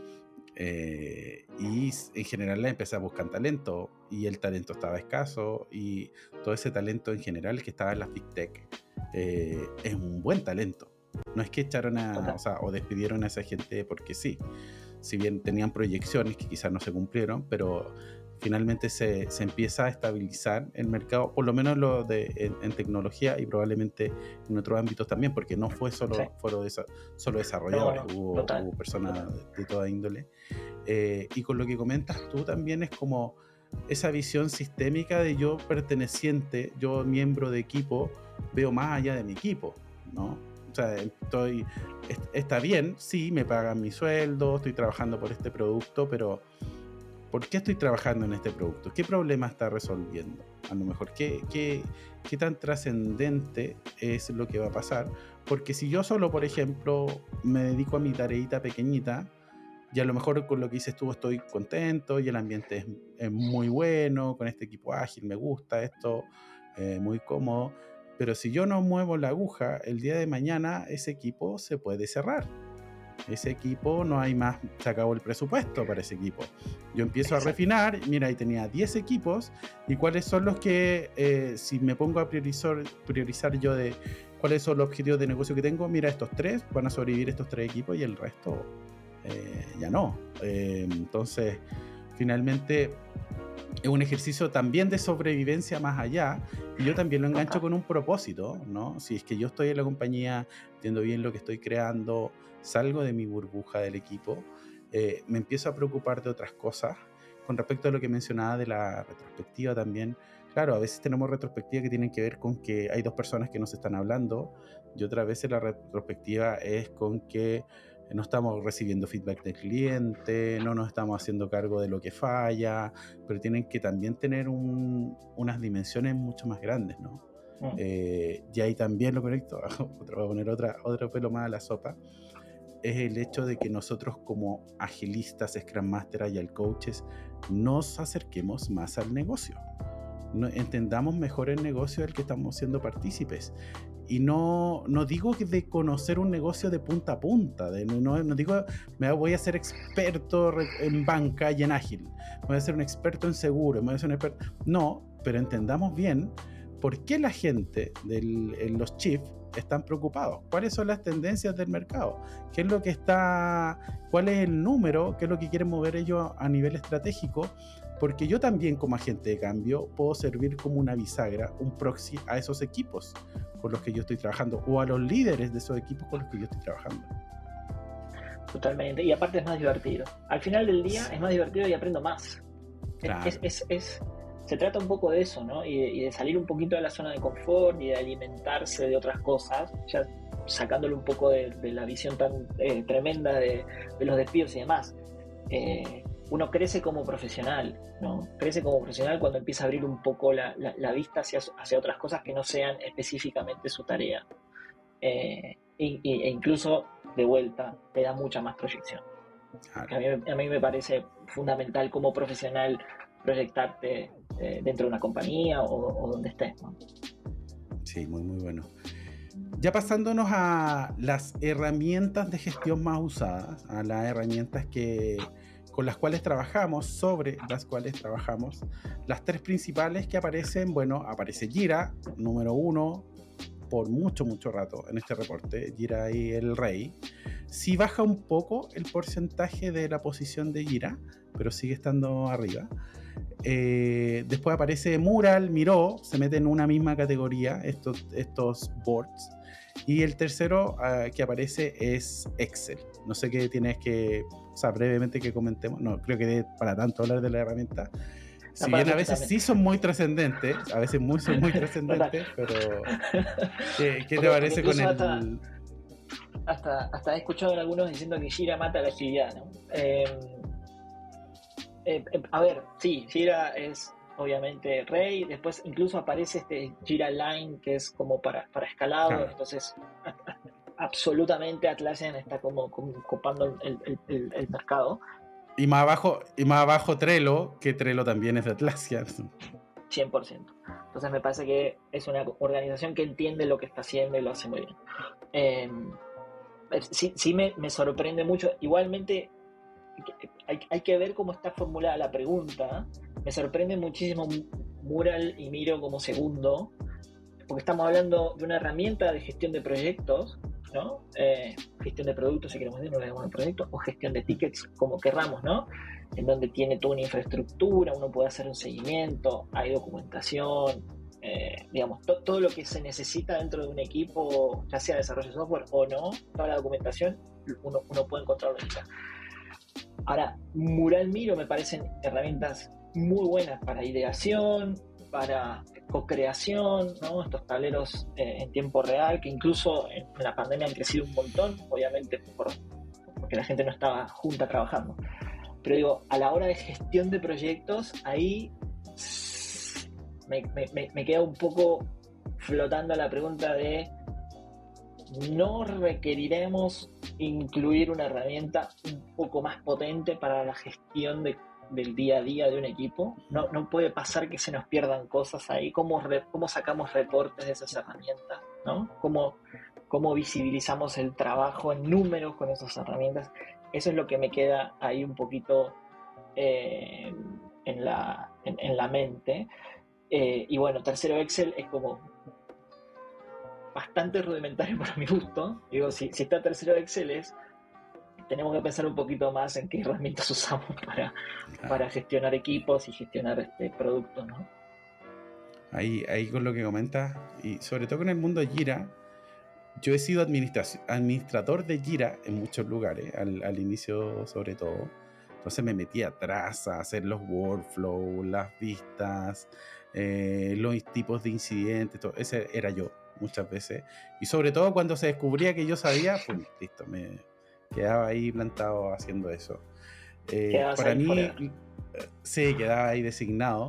Y en general las empresas buscan talento, y el talento estaba escaso, y todo ese talento en general que estaba en las Big Tech es un buen talento. No es que echaron o despidieron a esa gente porque sí. Si bien tenían proyecciones que quizás no se cumplieron, pero finalmente se empieza a estabilizar el mercado, por lo menos en tecnología y probablemente en otros ámbitos también, porque no fue solo desarrolladores, hubo personas de toda índole. Y con lo que comentas tú también es como esa visión sistémica de yo perteneciente, yo miembro de equipo, veo más allá de mi equipo, ¿no? O sea, está bien, sí, me pagan mi sueldo, estoy trabajando por este producto, pero ¿por qué estoy trabajando en este producto? ¿Qué problema está resolviendo? A lo mejor, ¿qué tan trascendente es lo que va a pasar? Porque si yo solo, por ejemplo, me dedico a mi tareita pequeñita, y a lo mejor con lo que dices tú estoy contento y el ambiente es muy bueno, con este equipo ágil me gusta esto, muy cómodo, pero si yo no muevo la aguja, el día de mañana ese equipo se puede cerrar. Ese equipo no hay más, se acabó el presupuesto para ese equipo. Yo empiezo a refinar, mira, ahí tenía 10 equipos, y cuáles son los que, si me pongo a priorizar yo de cuáles son los objetivos de negocio que tengo, mira, estos 3 van a sobrevivir, estos 3 equipos, y el resto ya no. Entonces, finalmente es un ejercicio también de sobrevivencia más allá, y yo también lo engancho con un propósito, ¿no? Si es que yo estoy en la compañía, entiendo bien lo que estoy creando, salgo de mi burbuja del equipo, me empiezo a preocupar de otras cosas, con respecto a lo que mencionaba de la retrospectiva también, claro, a veces tenemos retrospectivas que tienen que ver con que hay dos personas que nos están hablando, y otras veces la retrospectiva es con que no estamos recibiendo feedback del cliente, no nos estamos haciendo cargo de lo que falla, pero tienen que también tener unas dimensiones mucho más grandes, ¿no? Y ahí también lo conecto, voy a poner otro pelo más a la sopa, es el hecho de que nosotros como agilistas, Scrum Master, Agile Coaches, nos acerquemos más al negocio. Entendamos mejor el negocio del que estamos siendo partícipes. Y no digo que de conocer un negocio de punta a punta, no digo voy a ser experto en banca y en ágil, voy a ser un experto en seguro, voy a ser un experto. No, pero entendamos bien por qué la gente los chiefs están preocupados, cuáles son las tendencias del mercado, qué es lo que está, cuál es el número, qué es lo que quieren mover ellos a nivel estratégico, porque yo también como agente de cambio puedo servir como una bisagra, un proxy a esos equipos con los que yo estoy trabajando o a los líderes de esos equipos con los que yo estoy trabajando. Totalmente, y aparte es más divertido. Al final del día es más divertido y aprendo más. Claro. Se trata un poco de eso, ¿no? Y de salir un poquito de la zona de confort y de alimentarse de otras cosas, ya sacándole un poco de la visión tan tremenda de los despidos y demás. Uno crece como profesional, ¿no? Crece como profesional cuando empieza a abrir un poco la vista hacia otras cosas que no sean específicamente su tarea. E incluso, de vuelta, te da mucha más proyección. Claro. A mí me parece fundamental como profesional proyectarte dentro de una compañía o donde estés, ¿no? Sí, muy bueno. Ya pasándonos a las herramientas de gestión más usadas, a las herramientas con las cuales trabajamos, sobre las cuales trabajamos, las tres principales que aparecen, bueno, aparece Jira, número 1, por mucho rato en este reporte, Jira ahí el rey. Sí baja un poco el porcentaje de la posición de Jira, pero sigue estando arriba. Después aparece Mural, Miro, se mete en una misma categoría estos boards. Y el tercero que aparece es Excel. No sé qué tienes que, o sea, brevemente que comentemos. No creo que dé para tanto hablar de la herramienta. Si bien a veces sí son muy trascendentes, a veces son muy trascendentes, pero ¿qué te parece con el...? Hasta he escuchado a algunos diciendo que Jira mata la agilidad, ¿no? A ver, sí, Jira es obviamente rey, después incluso aparece este Jira Line que es como para escalado, claro. Entonces absolutamente Atlassian está como copando el mercado. Y más abajo Trello, que Trello también es de Atlassian. 100%. Entonces me parece que es una organización que entiende lo que está haciendo y lo hace muy bien. Sí me sorprende mucho. Igualmente hay que ver cómo está formulada la pregunta. Me sorprende muchísimo Mural y Miro como segundo, porque estamos hablando de una herramienta de gestión de proyectos, ¿no? Gestión de productos, si queremos decir, no le llamamos proyectos, o gestión de tickets, como querramos, ¿no? En donde tiene toda una infraestructura, uno puede hacer un seguimiento, hay documentación, digamos, todo lo que se necesita dentro de un equipo, ya sea desarrollo de software o no, toda la documentación, uno puede encontrarlo en ella. Ahora, Mural, Miro me parecen herramientas muy buenas para ideación, para co-creación, ¿no? Estos tableros en tiempo real, que incluso en la pandemia han crecido un montón, obviamente porque la gente no estaba junta trabajando. Pero digo, a la hora de gestión de proyectos, ahí me queda un poco flotando la pregunta de ¿no requeriremos incluir una herramienta un poco más potente para la gestión del día a día de un equipo? No puede pasar que se nos pierdan cosas ahí. ¿Cómo sacamos reportes de esas herramientas? ¿No? ¿Cómo visibilizamos el trabajo en números con esas herramientas? Eso es lo que me queda ahí un poquito en la mente. Y bueno, tercero, Excel es como bastante rudimentario para mi gusto. Digo, si está tercero Excel tenemos que pensar un poquito más en qué herramientas usamos para gestionar equipos y gestionar productos, ¿no? Ahí con lo que comentas, y sobre todo con el mundo de Jira, yo he sido administrador de Jira en muchos lugares, al inicio sobre todo, Entonces me metí atrás a hacer los workflows, las vistas, los tipos de incidentes, todo. Ese era yo muchas veces. Y sobre todo cuando se descubría que yo sabía, pum, listo, me quedaba ahí plantado haciendo eso. Para mí, sí, quedaba ahí designado.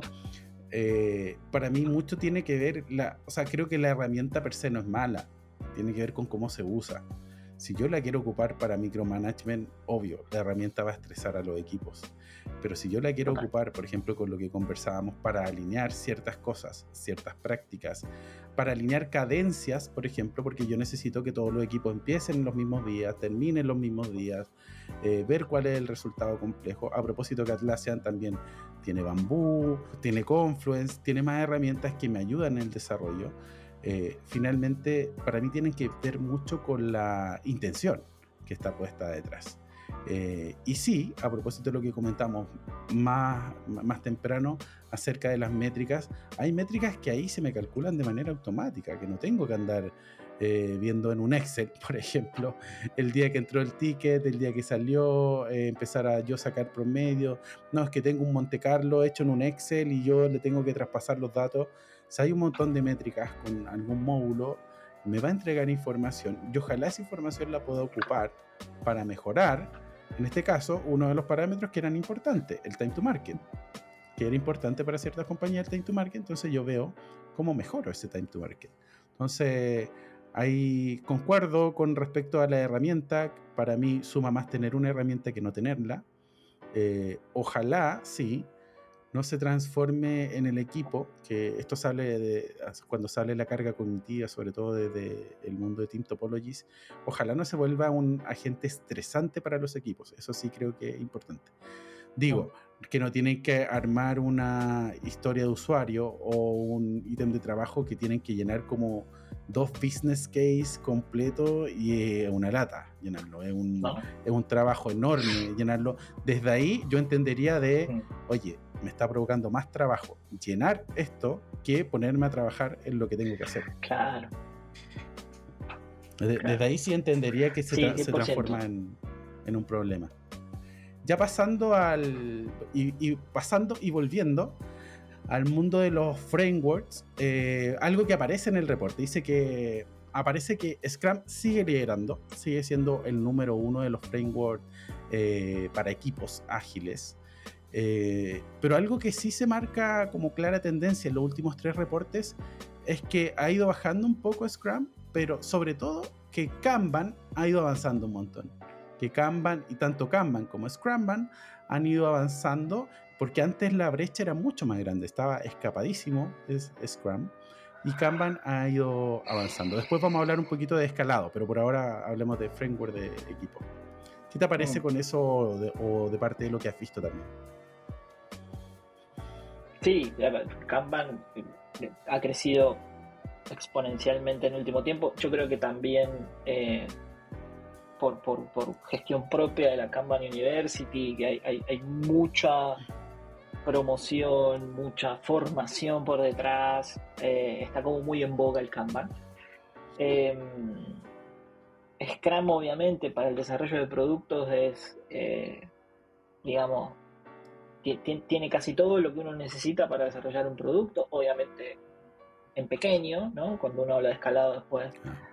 Para mí mucho tiene que ver, o sea, creo que la herramienta per se no es mala, tiene que ver con cómo se usa. Si yo la quiero ocupar para micromanagement, obvio, la herramienta va a estresar a los equipos. Pero si yo la quiero ocupar, por ejemplo, con lo que conversábamos, para alinear ciertas cosas, ciertas prácticas, para alinear cadencias, por ejemplo, porque yo necesito que todos los equipos empiecen en los mismos días, terminen los mismos días, ver cuál es el resultado complejo. A propósito que Atlassian también tiene Bamboo, tiene Confluence, tiene más herramientas que me ayudan en el desarrollo. Finalmente, para mí tienen que ver mucho con la intención que está puesta detrás. Y sí, a propósito de lo que comentamos más temprano acerca de las métricas, hay métricas que ahí se me calculan de manera automática, que no tengo que andar viendo en un Excel, por ejemplo, el día que entró el ticket, el día que salió, empezar a yo sacar promedio. No, es que tengo un Monte Carlo hecho en un Excel y yo le tengo que traspasar los datos. O sea, hay un montón de métricas con algún módulo, me va a entregar información y ojalá esa información la pueda ocupar para mejorar, en este caso, uno de los parámetros que eran importantes, el time to market, que era importante para ciertas compañías el time to market. Entonces yo veo cómo mejoro ese time to market. Entonces ahí concuerdo con respecto a la herramienta. Para mí suma más tener una herramienta que no tenerla. Ojalá, sí, no se transforme en el equipo, que esto sale cuando sale la carga cognitiva, sobre todo desde el mundo de Team Topologies, ojalá no se vuelva un agente estresante para los equipos. Eso sí creo que es importante. Digo, que no tienen que armar una historia de usuario o un ítem de trabajo que tienen que llenar como 2 business case completo y una lata llenarlo. Es un trabajo enorme llenarlo. Desde ahí yo entendería oye, me está provocando más trabajo llenar esto que ponerme a trabajar en lo que tengo que hacer. Claro. Desde ahí sí entendería que se transforma en un problema. Ya pasando pasando y volviendo al mundo de los frameworks, algo que aparece en el reporte, dice que aparece que Scrum sigue liderando, sigue siendo el número 1 de los frameworks para equipos ágiles, pero algo que sí se marca como clara tendencia en los últimos 3 reportes es que ha ido bajando un poco Scrum, pero sobre todo que Kanban ha ido avanzando un montón. Que Kanban, y tanto Kanban como Scrumban, han ido avanzando, porque antes la brecha era mucho más grande, estaba escapadísimo Scrum, y Kanban ha ido avanzando. Después vamos a hablar un poquito de escalado, pero por ahora hablemos de framework de equipo. ¿Qué te parece con eso o de parte de lo que has visto también? Sí, Kanban ha crecido exponencialmente en el último tiempo. Yo creo que también por gestión propia de la Kanban University, que hay mucha promoción, mucha formación por detrás, está como muy en boga el Kanban. Scrum obviamente para el desarrollo de productos es, digamos, tiene casi todo lo que uno necesita para desarrollar un producto, obviamente en pequeño, ¿no? Cuando uno habla de escalado después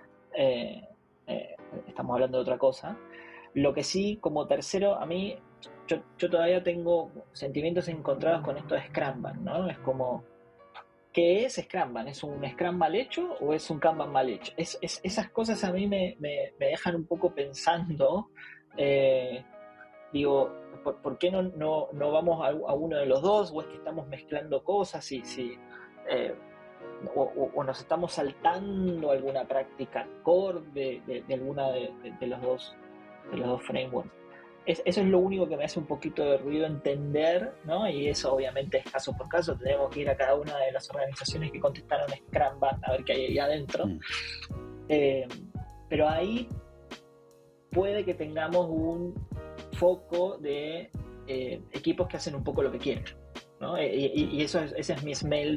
estamos hablando de otra cosa. Lo que sí, como tercero, a mí yo todavía tengo sentimientos encontrados con esto de Scrumban, ¿no? Es como, ¿qué es Scrumban? ¿Es un Scrum mal hecho o es un Kanban mal hecho? Esas cosas a mí me dejan un poco pensando, digo, ¿por qué no vamos a uno de los dos? ¿O es que estamos mezclando cosas? O nos estamos saltando alguna práctica core de alguna de los dos frameworks. Eso es lo único que me hace un poquito de ruido entender, ¿no? Y eso obviamente es caso por caso. Tenemos que ir a cada una de las organizaciones que contestaron Scrumban a ver qué hay ahí adentro. Pero ahí puede que tengamos un foco de equipos que hacen un poco lo que quieren, ¿no? Y ese es mi smell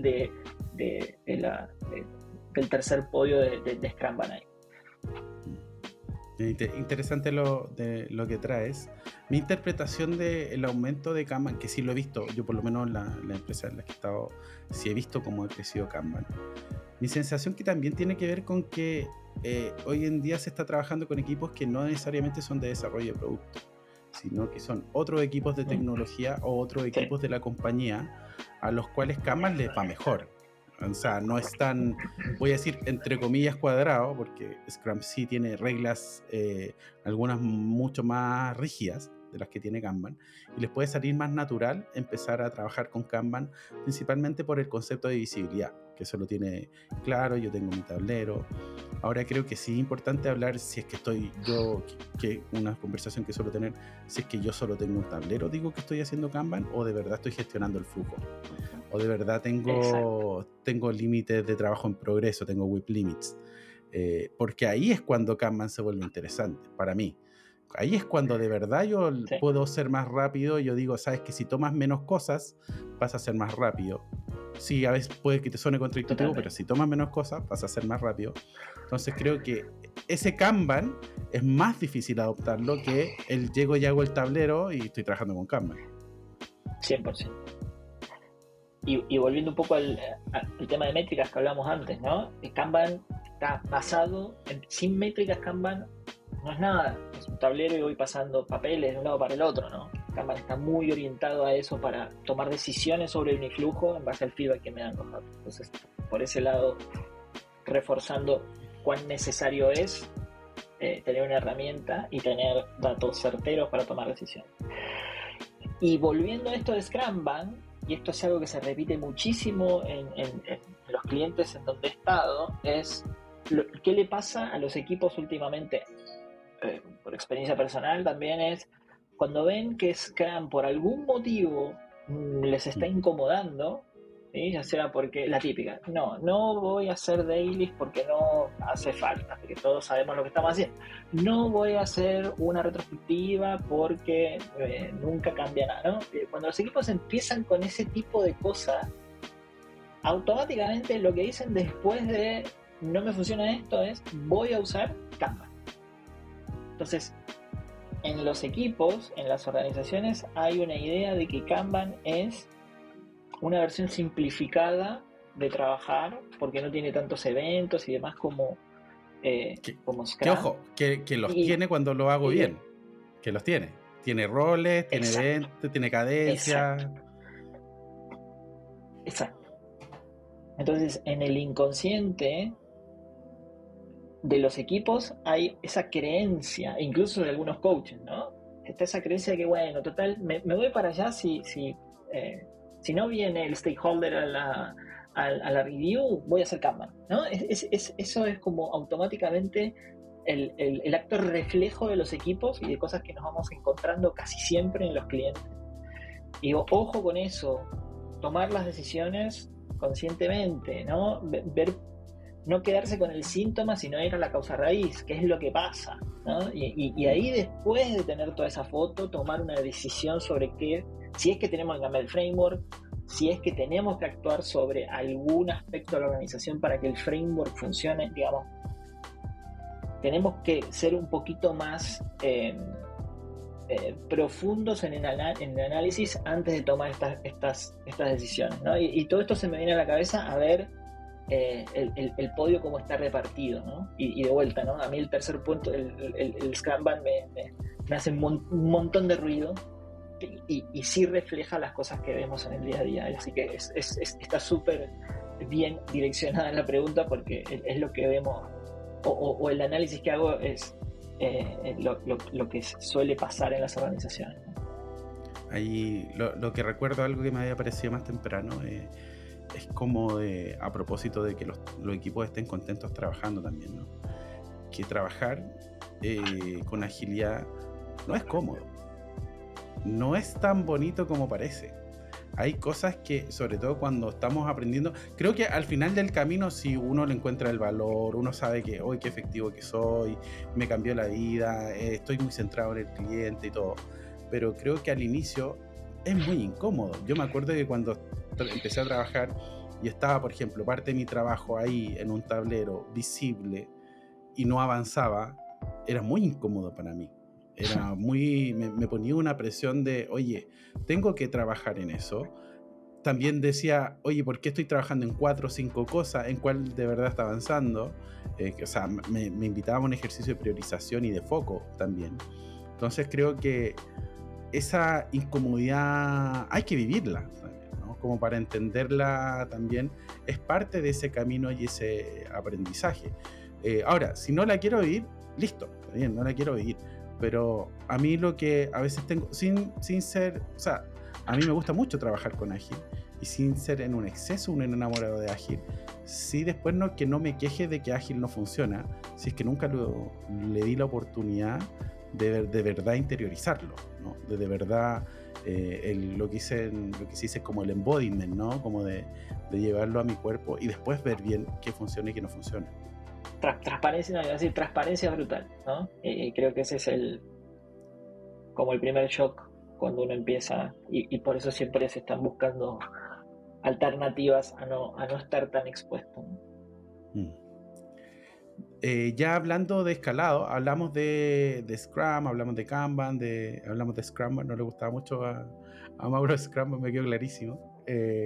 del tercer podio de Scrumban ahí. Interesante lo que traes. Mi interpretación del aumento de Kanban, que sí lo he visto, yo por lo menos la empresa en la que he estado, sí he visto cómo ha crecido Kanban. Mi sensación que también tiene que ver con que hoy en día se está trabajando con equipos que no necesariamente son de desarrollo de producto, sino que son otros equipos de tecnología o otros equipos de la compañía a los cuales Kanban les va mejor. O sea, no es tan, voy a decir, entre comillas, cuadrado, porque Scrum sí tiene reglas, algunas mucho más rígidas de las que tiene Kanban, y les puede salir más natural empezar a trabajar con Kanban, principalmente por el concepto de visibilidad, que eso lo tiene claro, yo tengo mi tablero. Ahora creo que sí es importante hablar si es que estoy yo, que una conversación que suelo tener, si es que yo solo tengo un tablero, digo que estoy haciendo Kanban, o de verdad estoy gestionando el flujo. O de verdad tengo límites de trabajo en progreso, tengo WIP limits. Porque ahí es cuando Kanban se vuelve interesante para mí. Ahí es cuando de verdad yo puedo ser más rápido. Yo digo, sabes que si tomas menos cosas, vas a ser más rápido. Sí, a veces puede que te suene contraintuitivo, pero si tomas menos cosas, vas a ser más rápido. Entonces creo que ese Kanban es más difícil adoptarlo que el llego y hago el tablero y estoy trabajando con Kanban. 100%. Y volviendo un poco al tema de métricas que hablamos antes, ¿no? El Kanban está basado sin métricas. Kanban no es nada, es un tablero y voy pasando papeles de un lado para el otro, ¿no? Kanban está muy orientado a eso para tomar decisiones sobre el uniflujo en base al feedback que me dan los datos. Entonces, por ese lado, reforzando cuán necesario es tener una herramienta y tener datos certeros para tomar decisiones. Y volviendo a esto de Scrumban, y esto es algo que se repite muchísimo en los clientes en donde he estado, es qué le pasa a los equipos últimamente, por experiencia personal también, es cuando ven que Scrum por algún motivo les está incomodando, ¿sí? Ya sea porque, la típica, no voy a hacer dailies porque no hace falta, porque todos sabemos lo que estamos haciendo. No voy a hacer una retrospectiva porque nunca cambia nada, ¿no? Cuando los equipos empiezan con ese tipo de cosas, automáticamente lo que dicen después de no me funciona esto es voy a usar Kanban. Entonces, en los equipos, en las organizaciones, hay una idea de que Kanban es una versión simplificada de trabajar porque no tiene tantos eventos y demás como Scrum. Que ojo, que los tiene cuando lo hago bien. Que los tiene. Tiene roles, tiene eventos, tiene cadencia. Exacto. Entonces, en el inconsciente de los equipos hay esa creencia, incluso de algunos coaches, ¿no? Está esa creencia de que, bueno, total, me voy para allá si no viene el stakeholder a la review, voy a hacer Kanban, ¿no? Eso es como automáticamente el acto reflejo de los equipos y de cosas que nos vamos encontrando casi siempre en los clientes. Y ojo con eso, tomar las decisiones conscientemente, ¿no? No quedarse con el síntoma, sino ir a la causa raíz, qué es lo que pasa, ¿no? Y ahí, después de tener toda esa foto, tomar una decisión sobre qué, si es que tenemos que cambiar el framework, si es que tenemos que actuar sobre algún aspecto de la organización para que el framework funcione, digamos. Tenemos que ser un poquito más profundos en el análisis antes de tomar estas decisiones, ¿no? Y todo esto se me viene a la cabeza a ver el podio cómo está repartido, ¿no? Y de vuelta, ¿no? A mí el tercer punto, el Scrumban me hace un montón de ruido y sí refleja las cosas que vemos en el día a día, así que está súper bien direccionada la pregunta porque es lo que vemos o el análisis que hago es lo que suele pasar en las organizaciones, ¿no? Ahí lo que recuerdo, algo que me había parecido más temprano, es como a propósito de que los equipos estén contentos trabajando también, ¿no? Que trabajar con agilidad no es cómodo, no es tan bonito como parece. Hay cosas que, sobre todo cuando estamos aprendiendo, creo que al final del camino, si uno le encuentra el valor, uno sabe que hoy qué efectivo que soy, me cambió la vida, estoy muy centrado en el cliente y todo, pero creo que al inicio es muy incómodo. Yo me acuerdo que cuando empecé a trabajar y estaba, por ejemplo, parte de mi trabajo ahí en un tablero visible y no avanzaba, era muy incómodo para mí. Era me ponía una presión de, oye, tengo que trabajar en eso. También decía, oye, ¿por qué estoy trabajando en 4 o 5 cosas? ¿En cuál de verdad está avanzando? O sea, me invitaba a un ejercicio de priorización y de foco también. Entonces creo que esa incomodidad hay que vivirla también, ¿no? Como para entenderla también, es parte de ese camino y ese aprendizaje. Ahora, si no la quiero vivir, listo, está bien, no la quiero vivir. Pero a mí lo que a veces tengo, sin ser, o sea, a mí me gusta mucho trabajar con Ágil y sin ser en un exceso un enamorado de Ágil, sí después que no me queje de que Ágil no funciona, si es que nunca le di la oportunidad de verdad interiorizarlo, ¿no? De verdad lo que se dice como el embodiment, ¿no? Como de llevarlo a mi cuerpo y después ver bien qué funciona y qué no funciona. Transparencia, no, iba a decir, transparencia brutal, ¿no? Creo que ese es como el primer shock cuando uno empieza, y por eso siempre se están buscando alternativas a no estar tan expuesto, ¿no? Ya hablando de escalado, hablamos de Scrum, hablamos de Kanban, hablamos de Scrum, no le gustaba mucho a Mauro Scrum, me quedó clarísimo.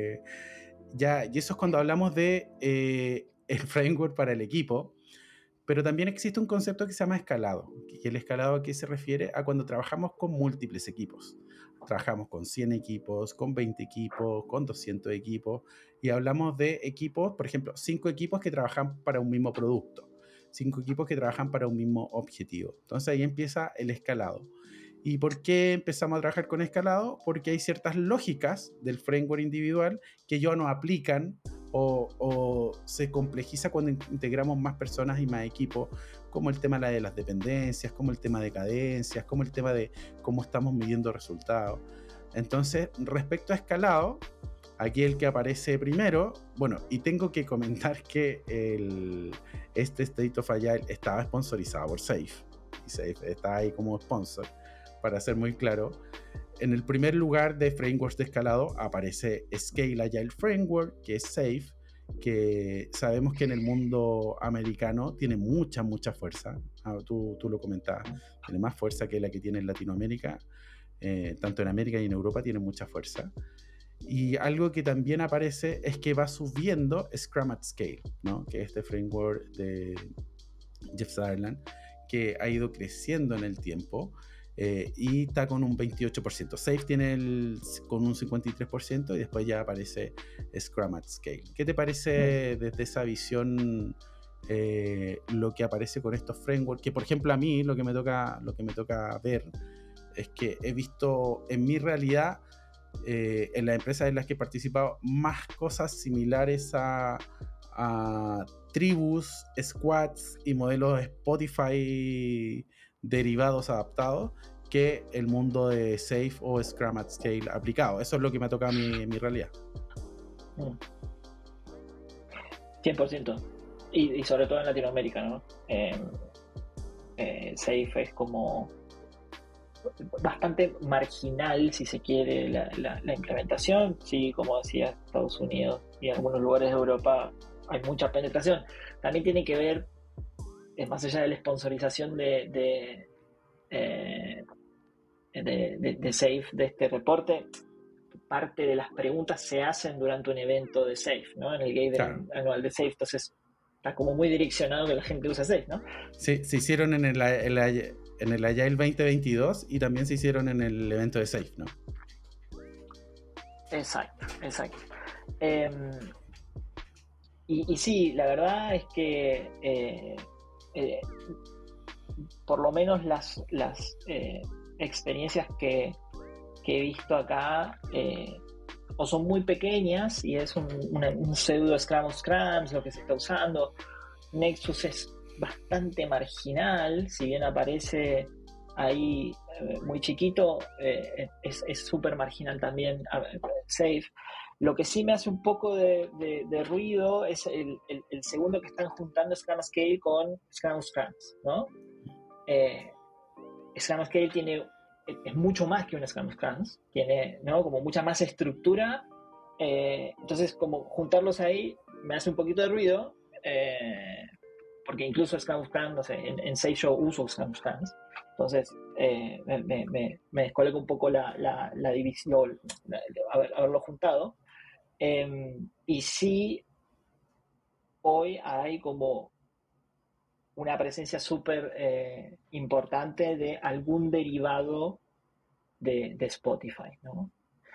Y eso es cuando hablamos de el framework para el equipo, pero también existe un concepto que se llama escalado, que el escalado aquí se refiere a cuando trabajamos con múltiples equipos. Trabajamos con 100 equipos, con 20 equipos, con 200 equipos, y hablamos de equipos, por ejemplo, 5 equipos que trabajan para un mismo producto, 5 equipos que trabajan para un mismo objetivo. Entonces ahí empieza el escalado. ¿Y por qué empezamos a trabajar con escalado? Porque hay ciertas lógicas del framework individual que ya no aplican o se complejiza cuando integramos más personas y más equipos, como el tema de las dependencias, como el tema de cadencias, como el tema de cómo estamos midiendo resultados. Entonces, respecto a escalado, aquí el que aparece primero, bueno, y tengo que comentar que este State of Agile estaba sponsorizado por SAFe, y SAFe está ahí como sponsor, para ser muy claro. En el primer lugar de frameworks de escalado aparece Scale Agile Framework, que es SAFe, que sabemos que en el mundo americano tiene mucha fuerza. Tú lo comentabas, tiene más fuerza que la que tiene en Latinoamérica, tanto en América y en Europa tiene mucha fuerza. Y algo que también aparece es que va subiendo Scrum at Scale, ¿no? Que es este framework de Jeff Sutherland, que ha ido creciendo en el tiempo. Y está con un 28%. SAFe tiene con un 53% y después ya aparece Scrum at Scale. ¿Qué te parece desde esa visión lo que aparece con estos frameworks? Que por ejemplo a mí lo que me toca ver es que he visto en mi realidad en las empresas en las que he participado más cosas similares a tribus, squads y modelos Spotify derivados adaptados que el mundo de SAFe o Scrum at Scale aplicado. Eso es lo que me ha tocado en mi realidad. 100%. Y sobre todo en Latinoamérica, ¿no? SAFe es como bastante marginal, si se quiere, la implementación. Sí, como decía, Estados Unidos y algunos lugares de Europa hay mucha penetración. También tiene que ver, más allá de la sponsorización de SAFe, de este reporte, parte de las preguntas se hacen durante un evento de SAFe, ¿no? En el gathering anual de SAFe, entonces está como muy direccionado que la gente usa SAFe, ¿no? Sí, se hicieron en el Agile 2022 y también se hicieron en el evento de SAFe, ¿no? Exacto. Y sí, la verdad es que por lo menos las experiencias que he visto acá o son muy pequeñas y es un pseudo Scrum of Scrums lo que se está usando. Nexus es bastante marginal, si bien aparece ahí muy chiquito, es súper marginal también SAFe. Lo que sí me hace un poco de ruido es el segundo que están juntando Scrum Scale con Scrum Scrums, ¿no? Scrum Scale es mucho más que un Scrum Scrums, tiene, ¿no?, como mucha más estructura, entonces como juntarlos ahí me hace un poquito de ruido, porque incluso Scrum, no sé, en Safe yo uso Scrum, entonces me descoloca un poco la división, haberlo juntado. Y sí, hoy hay como una presencia súper importante de algún derivado de Spotify, ¿no?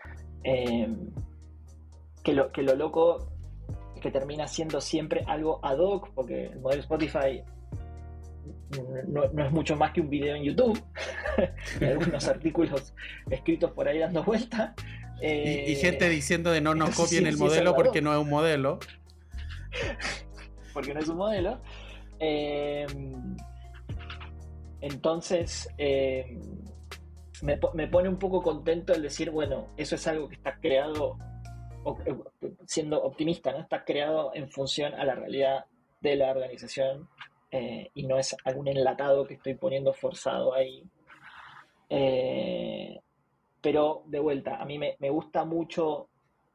Que lo loco es que termina siendo siempre algo ad hoc, porque el modelo Spotify no es mucho más que un video en YouTube y algunos artículos escritos por ahí dando vuelta. Y gente diciendo de no nos copien el sí modelo porque no es un modelo. Porque no es un modelo. Entonces, me pone un poco contento el decir, bueno, eso es algo que está creado, siendo optimista, ¿no? Está creado en función a la realidad de la organización y no es algún enlatado que estoy poniendo forzado ahí. Pero de vuelta, a mí me gusta mucho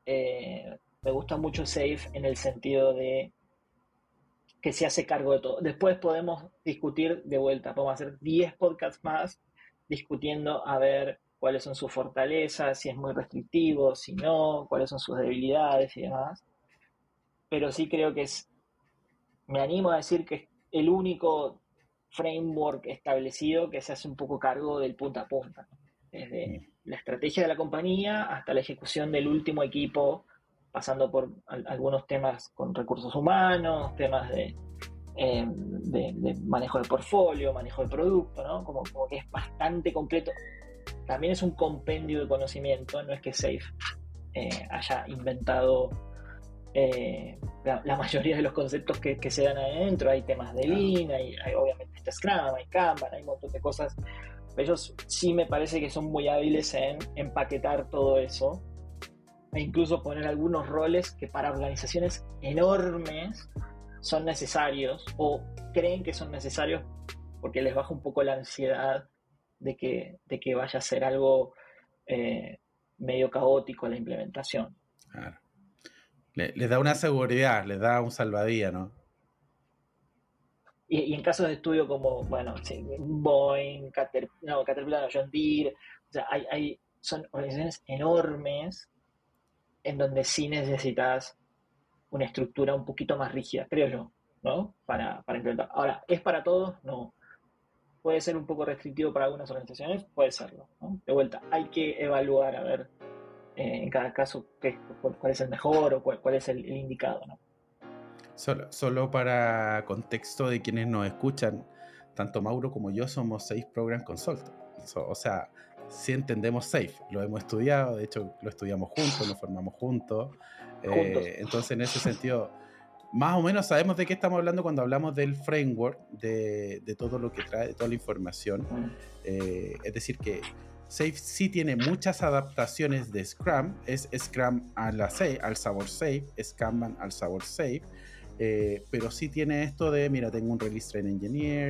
Safe en el sentido de que se hace cargo de todo. Después podemos discutir de vuelta, podemos hacer 10 podcasts más discutiendo a ver cuáles son sus fortalezas, si es muy restrictivo, si no, cuáles son sus debilidades y demás. Pero sí creo que me animo a decir que es el único framework establecido que se hace un poco cargo del punta a punta, ¿no? Desde la estrategia de la compañía hasta la ejecución del último equipo, pasando por algunos temas con recursos humanos, temas de manejo de portfolio, manejo de producto, ¿no? Como que es bastante completo. También es un compendio de conocimiento, no es que Safe haya inventado la mayoría de los conceptos que se dan adentro. Hay temas de Lean, hay obviamente está Scrum, hay Kanban, hay un montón de cosas. Ellos sí me parece que son muy hábiles en empaquetar todo eso e incluso poner algunos roles que para organizaciones enormes son necesarios o creen que son necesarios porque les baja un poco la ansiedad de que vaya a ser algo medio caótico la implementación. Claro. Les da una seguridad, les da un salvavidas, ¿no? Y en casos de estudio como, bueno, sí, Boeing, Caterpillar, John Deere, o sea, son organizaciones enormes en donde sí necesitas una estructura un poquito más rígida, creo yo, ¿no? Para implementar. Ahora, ¿es para todos? No. ¿Puede ser un poco restrictivo para algunas organizaciones? Puede serlo, ¿no? De vuelta, hay que evaluar, a ver, en cada caso, cuál es el mejor o cuál es el indicado, ¿no? Solo para contexto de quienes nos escuchan, tanto Mauro como yo somos Safe Program Consultants. O sea, sí entendemos Safe, lo hemos estudiado, de hecho lo estudiamos juntos, nos formamos juntos. Entonces, en ese sentido, más o menos sabemos de qué estamos hablando cuando hablamos del framework, de todo lo que trae, de toda la información. Es decir, que Safe sí tiene muchas adaptaciones de Scrum, es Scrum al sabor Safe, es Kanban al sabor Safe. Pero sí tiene esto de, mira, tengo un Release Train Engineer,